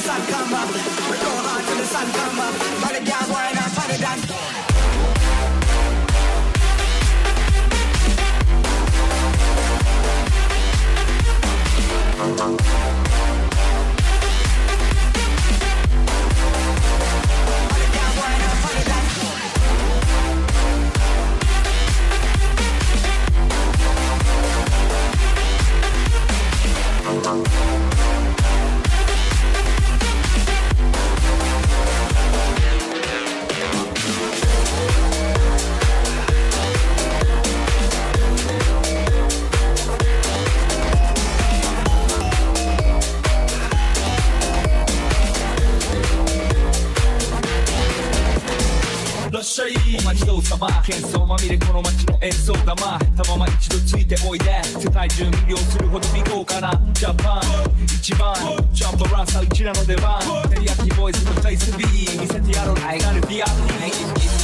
sun come up. We go hard till the sun come up. All the girls wind up on the dance floor. お待ちどうさま喧騒まみれこの街の演奏玉たまま一度ついておいで世界中魅了するほど行こうかなジャパン一番ジャンプランさうちらの出番テリヤキボーイズのプレイス B 見せてやろう愛がる ビーアールティー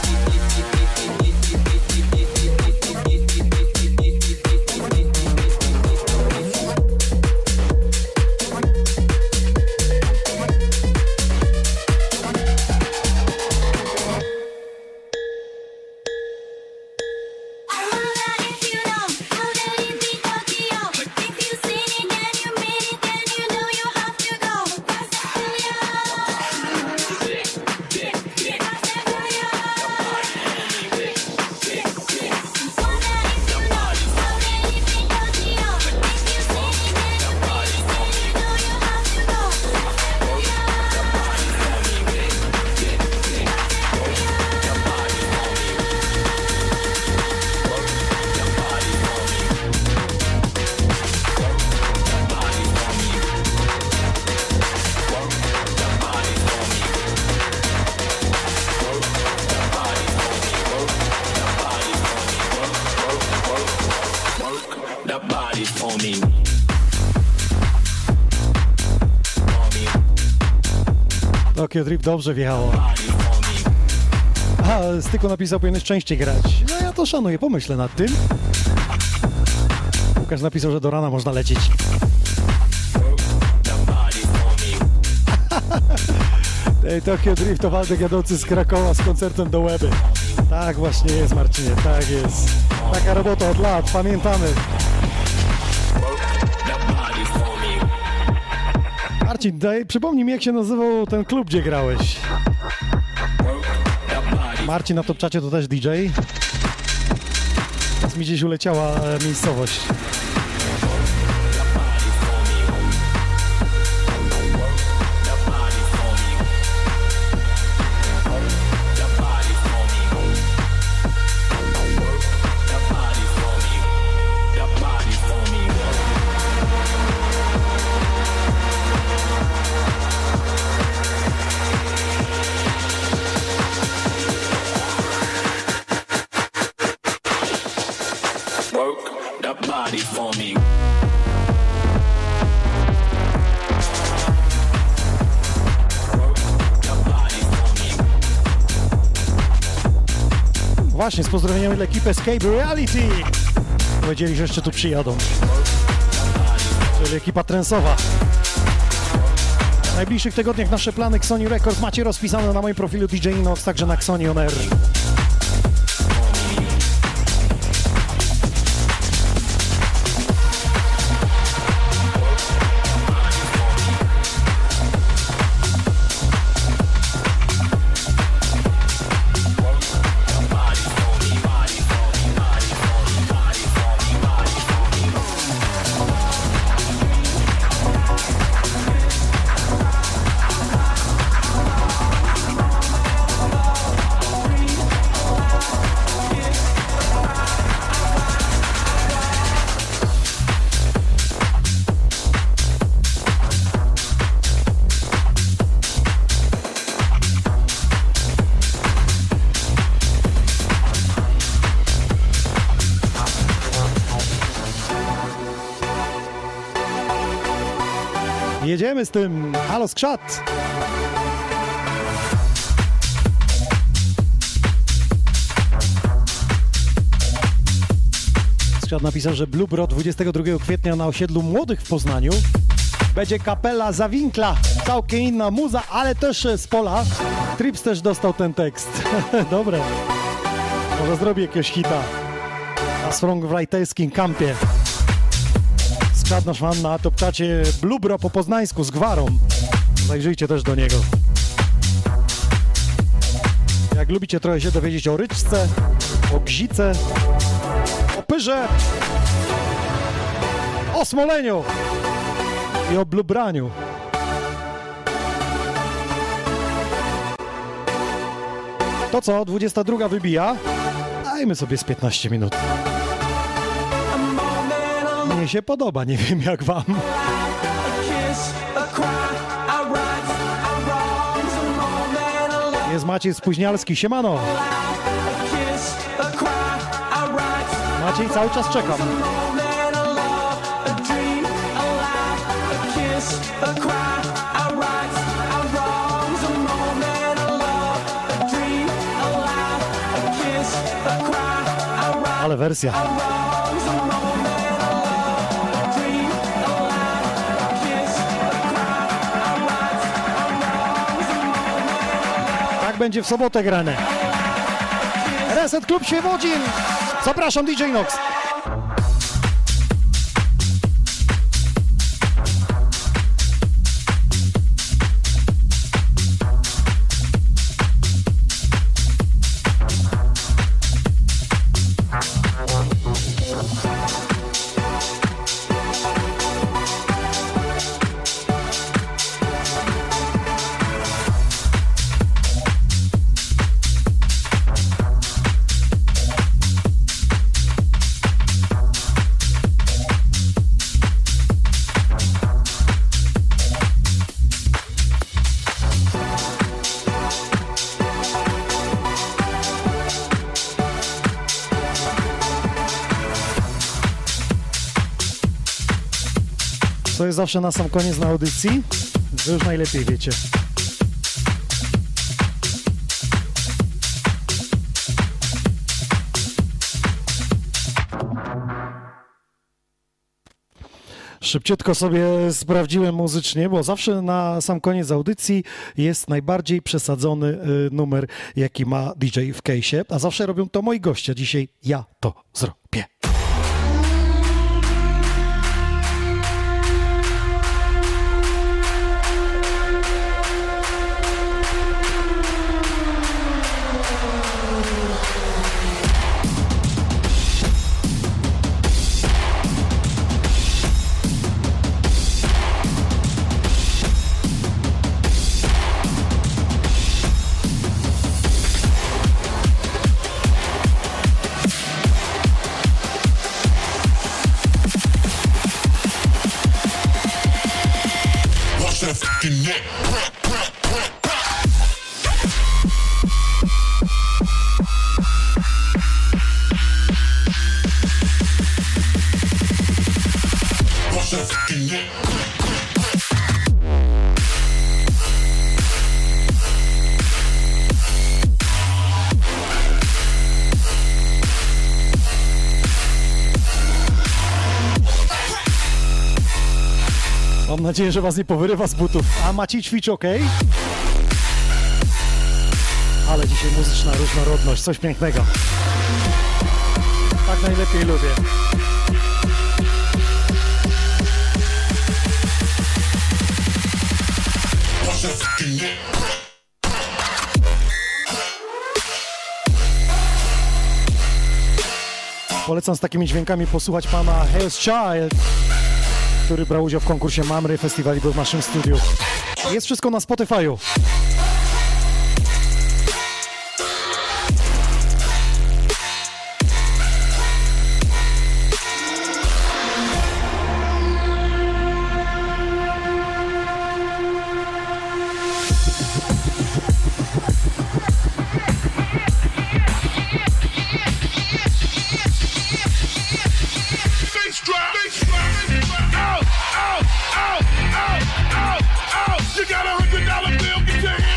Tokyo Drift dobrze wjechało. A, Styku napisał, powinieneś częściej grać. No ja to szanuję, pomyślę nad tym. Łukasz napisał, że do rana można lecieć. Tokyo Drift to Waldek jadący z Krakowa z koncertem do Łeby. Tak właśnie jest, Marcinie, tak jest. Taka robota od lat, pamiętamy. Marcin, daj, przypomnij mi, jak się nazywał ten klub, gdzie grałeś. Marcin na Topczacie to też D J. Teraz mi gdzieś uleciała e, miejscowość. Właśnie, z pozdrowieniami dla ekipy Escape Reality. Powiedzieli, że jeszcze tu przyjadą. Czyli ekipa trensowa. W najbliższych tygodniach nasze plany Xoni Records macie rozpisane na moim profilu D J Inox, także na Xoni On Air. Jedziemy z tym. Halo, Skrzat! Skrzat napisał, że Blue Bro dwudziestego drugiego kwietnia na osiedlu Młodych w Poznaniu będzie kapela Zawinkla. całkiem inna muza, ale też z pola. Trips też dostał ten tekst. Dobre. Może zrobię jakiegoś hita na songwriterskim kampie. Skradnasz wam na topczacie Blubro po poznańsku z gwarą. Zajrzyjcie też do niego. Jak lubicie trochę się dowiedzieć o ryczce, o gzice, o pyrze, o smoleniu i o blubraniu. To co, dwudziesta druga wybija? Dajmy sobie z piętnaście minut. Mnie się podoba, nie wiem jak wam. Jest Maciej Spóźnialski, siemano. Maciej, cały czas czekam. Ale wersja. Tak będzie w sobotę grane. Reset Klub Świebodzin. Zapraszam, D J Nox. To jest zawsze na sam koniec na audycji. Wy już najlepiej wiecie. Szybciutko sobie sprawdziłem muzycznie, bo zawsze na sam koniec audycji jest najbardziej przesadzony y, numer, jaki ma D J w case'ie, a zawsze robią to moi goście. Dzisiaj ja to zrobię. Mam nadzieję, że was nie powyrywa z butów. A Maciej ćwiczy, ok? Ale dzisiaj muzyczna różnorodność, coś pięknego. Tak najlepiej lubię. Polecam z takimi dźwiękami posłuchać pana Hell's Child, który brał udział w konkursie Mamry Festiwali, był w naszym studiu. Jest wszystko na Spotify'u. You got a hundred dollar bill, get your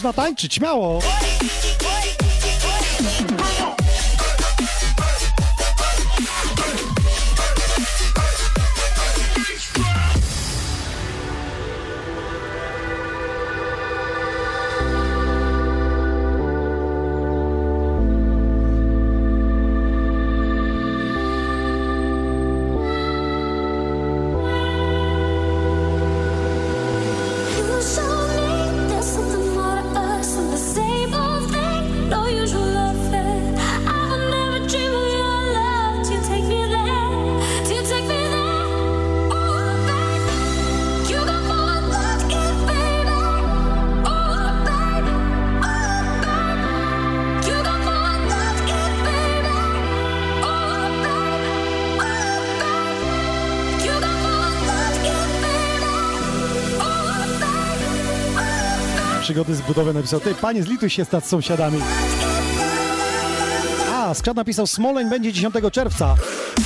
Można tańczyć, śmiało! Przygody z budowy napisał, ty panie, zlituj się z sąsiadami. A, Skrzat napisał, Smoleń będzie dziesiątego czerwca.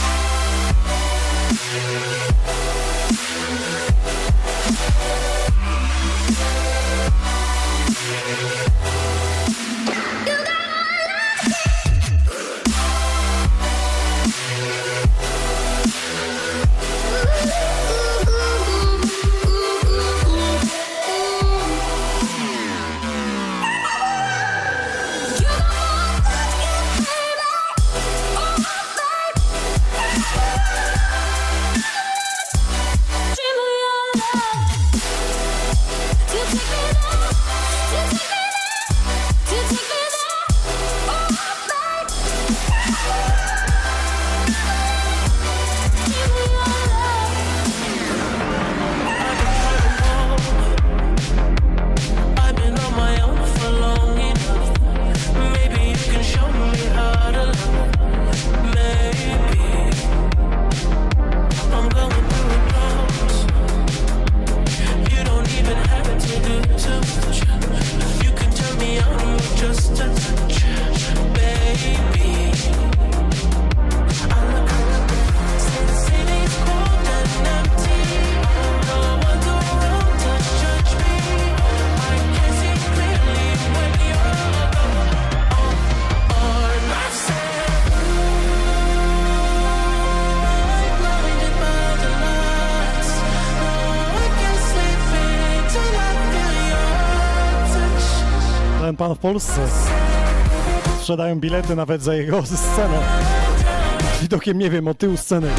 Pan w Polsce. Sprzedają bilety nawet za jego scenę. Z widokiem, nie wiem, od tyłu sceny.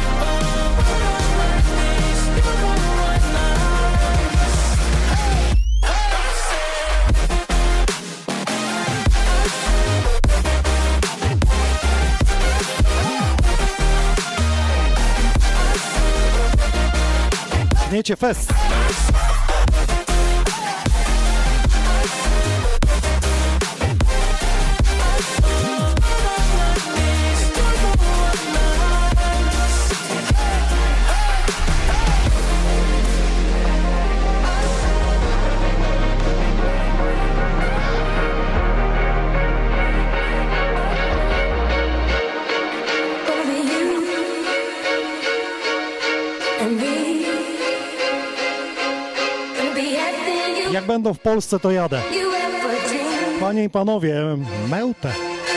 Gniecie fest. Jak będą w Polsce, to jadę. Panie i panowie, Mełte.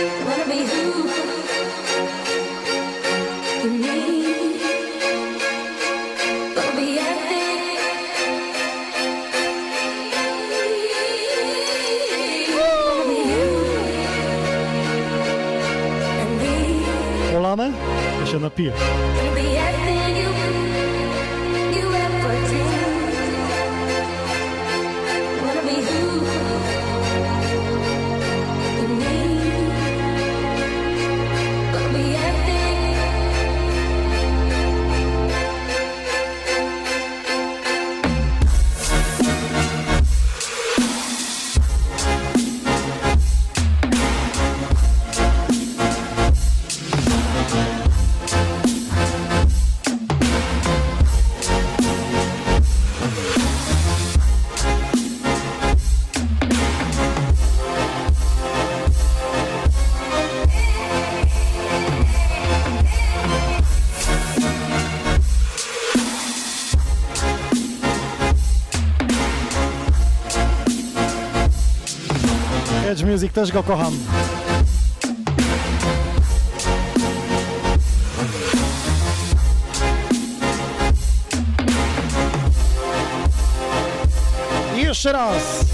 Polane? Ja się napiję. Music, też go kocham. I jeszcze raz.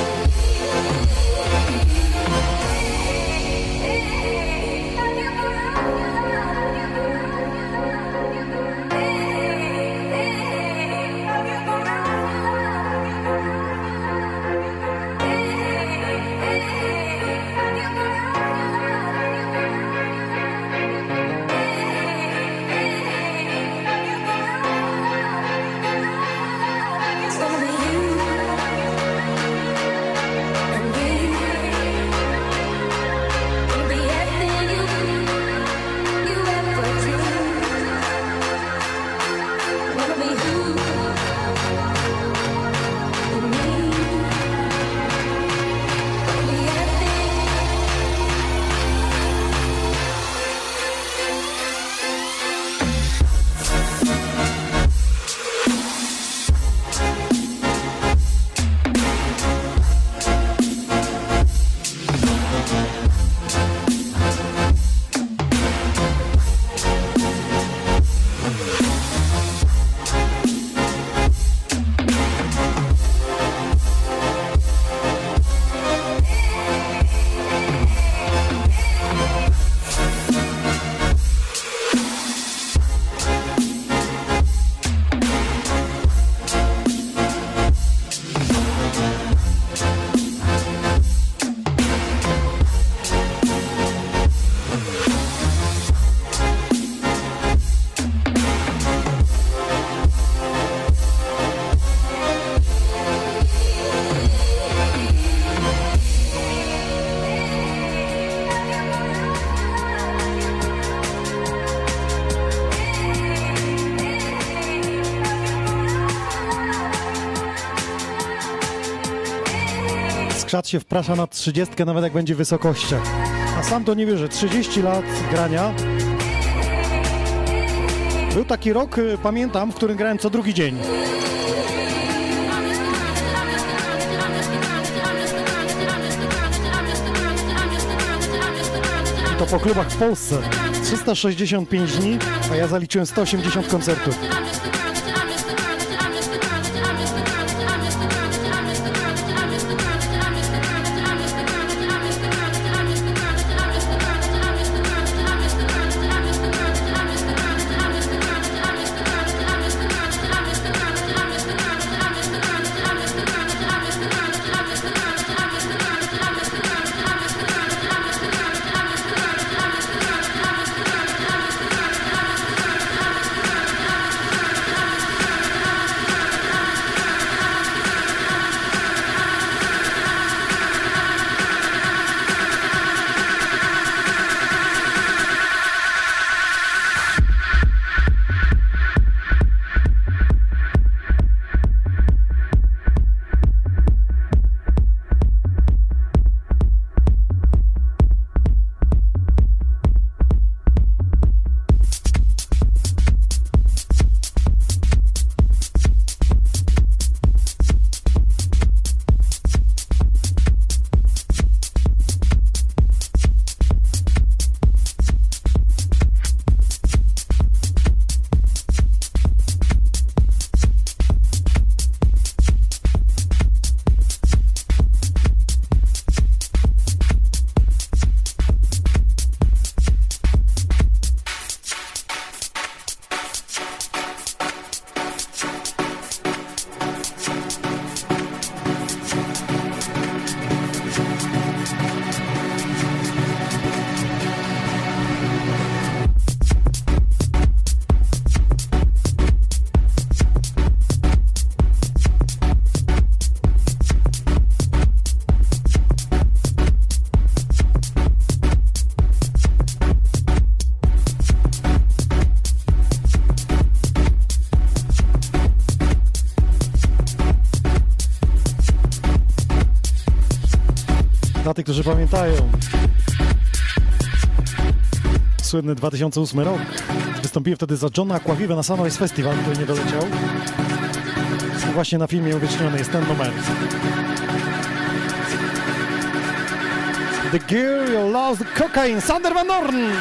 Skrzat się wprasza na trzydziestkę, nawet jak będzie w wysokościach. A sam to nie wierzę, trzydzieści lat grania. Był taki rok, pamiętam, w którym grałem co drugi dzień. I to po klubach w Polsce. trzysta sześćdziesiąt pięć dni, a ja zaliczyłem sto osiemdziesiąt koncertów. Dla tych, którzy pamiętają, słynny dwa tysiące ósmy rok. Wystąpiłem wtedy za Johna Aquaviva na Sunrise Festival, który nie doleciał. I właśnie na filmie uwieczniony jest ten moment. The Girl You Loves the Cocaine, Sander Van Doorn.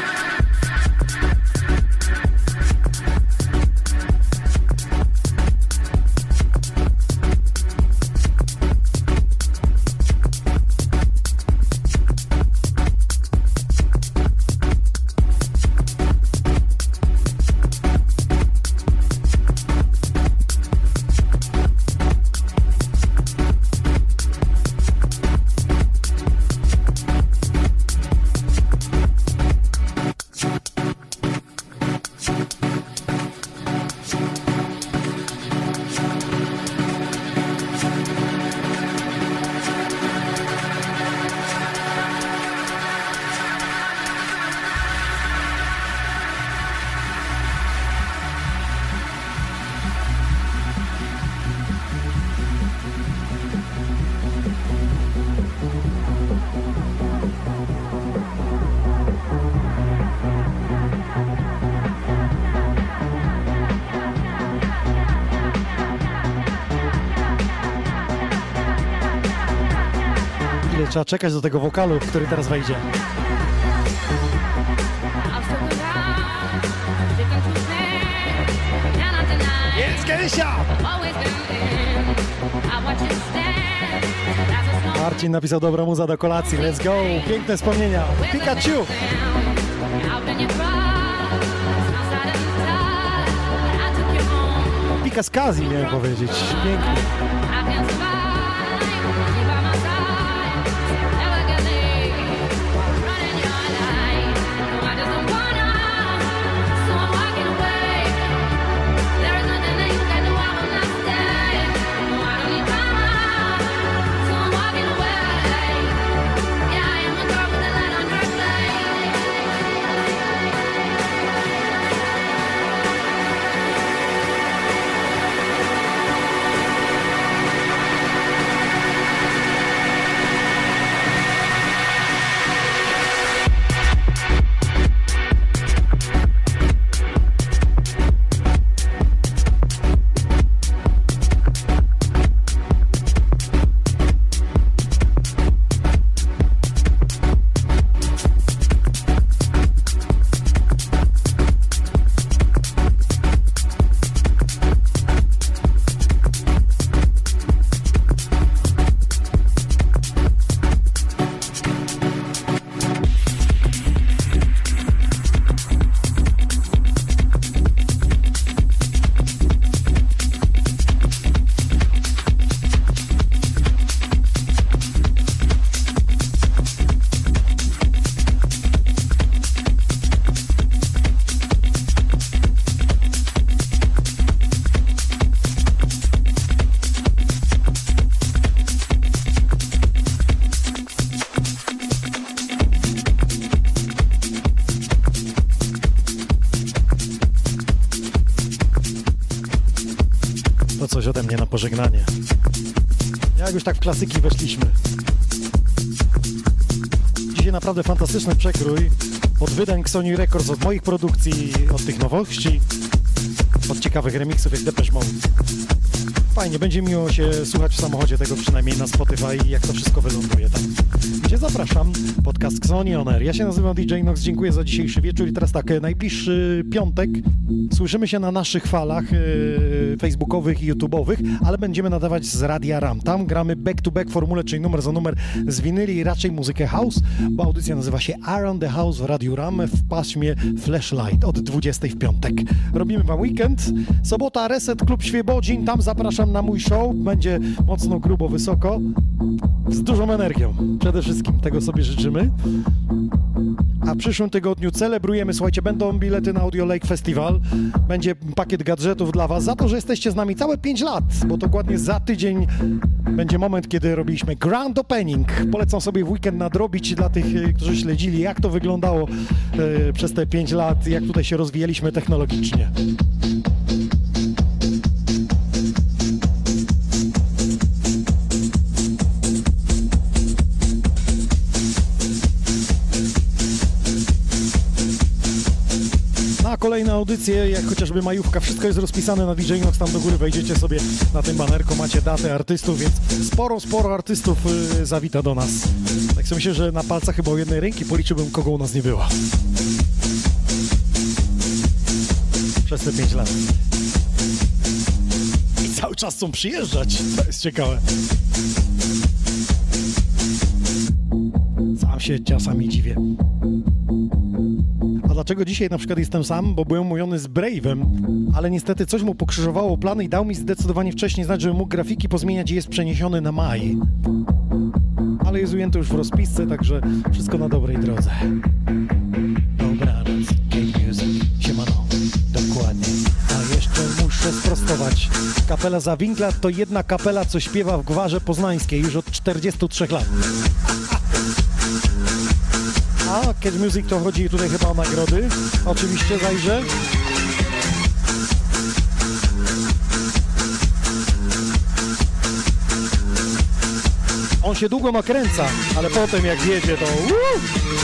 Trzeba czekać do tego wokalu, który teraz wejdzie. Jest Gęsia! Marcin napisał dobra muza do kolacji. Let's go! Piękne wspomnienia. Pikachu! Pika z Kazi miałem powiedzieć. Pięknie. Coś ode mnie na pożegnanie. Jak już tak w klasyki weszliśmy. Dzisiaj naprawdę fantastyczny przekrój od wydań Sony Records, od moich produkcji, od tych nowości, od ciekawych remixów jak Depeche Mode. Fajnie, będzie miło się słuchać w samochodzie tego, przynajmniej na Spotify, jak to wszystko wyląduje tam. Gdzie zapraszam, podcast Sony On Air. Ja się nazywam D J Nox, dziękuję za dzisiejszy wieczór i teraz tak, najbliższy piątek słyszymy się na naszych falach yy, facebookowych i youtubowych, ale będziemy nadawać z Radia RAM. Tam gramy back to back formule, czyli numer za numer z winyli i raczej muzykę house, bo audycja nazywa się Around the House w Radiu RAM w paśmie Flashlight od dwudziestej w piątek. Robimy wam weekend, sobota Reset Klub Świebodzin, tam zapraszam na mój show, będzie mocno, grubo, wysoko, z dużą energią. Przede wszystkim tego sobie życzymy. A w przyszłym tygodniu celebrujemy, słuchajcie, będą bilety na Audio Lake Festival, będzie pakiet gadżetów dla was za to, że jesteście z nami całe pięć lat, bo dokładnie za tydzień będzie moment, kiedy robiliśmy grand opening. Polecam sobie w weekend nadrobić dla tych, którzy śledzili, jak to wyglądało e, przez te pięć lat, jak tutaj się rozwijaliśmy technologicznie. Na kolejne audycje, jak chociażby majówka, wszystko jest rozpisane na D J Nox, tam do góry wejdziecie sobie na tym banerku, macie datę artystów, więc sporo, sporo artystów yy, zawita do nas. Tak Co myślę, że na palcach chyba o jednej ręki policzyłbym, kogo u nas nie było. Przez te pięć lat. I cały czas chcą przyjeżdżać. To jest ciekawe. Sam się czasami dziwię. A dlaczego dzisiaj na przykład jestem sam? Bo byłem umówiony z Brave'em, ale niestety coś mu pokrzyżowało plany i dał mi zdecydowanie wcześniej znać, żebym mógł grafiki pozmieniać i jest przeniesiony na maj. Ale jest ujęty już w rozpisce, także wszystko na dobrej drodze. Dobranoc, Kate Music, siemano, dokładnie. A jeszcze muszę sprostować. Kapela Zawinkla to jedna kapela, co śpiewa w Gwarze Poznańskiej już od czterdziestu trzech lat. A Cat Music to chodzi tutaj chyba o nagrody. Oczywiście zajrzę. On się długo nakręca, ale potem jak jedzie to... Woo!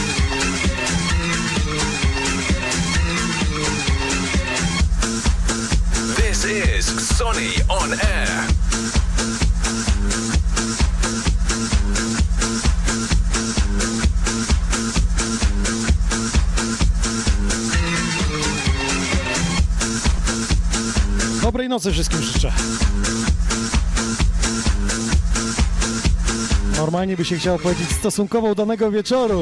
This is Sonny on Air. Dobrej nocy wszystkim życzę. Normalnie by się chciało powiedzieć stosunkowo udanego wieczoru.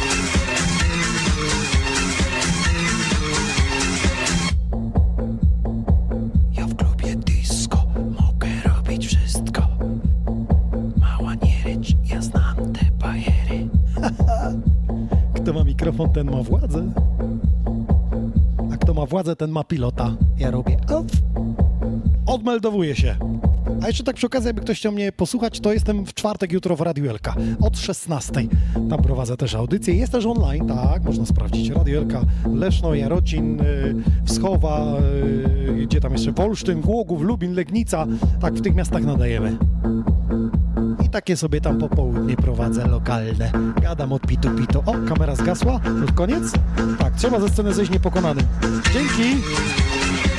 Ja w klubie disco mogę robić wszystko. Mała nie rycz, ja znam te bajery. Kto ma mikrofon, ten ma władzę. A kto ma władzę, ten ma pilota. Ja robię off. Odmeldowuję się. A jeszcze tak przy okazji, jakby ktoś chciał mnie posłuchać, to jestem w czwartek jutro w Radiu Elka od szesnastej. Tam prowadzę też audycję. Jest też online, tak, można sprawdzić. Radio Elka, Leszno, Jarocin, yy, Wschowa, yy, gdzie tam jeszcze Wolsztyn, Głogów, Lubin, Legnica. Tak, w tych miastach nadajemy. I takie sobie tam popołudnie prowadzę, lokalne. Gadam od pitu pitu. O, kamera zgasła? Już koniec? Tak, trzeba ze sceny zejść niepokonanym. Dzięki!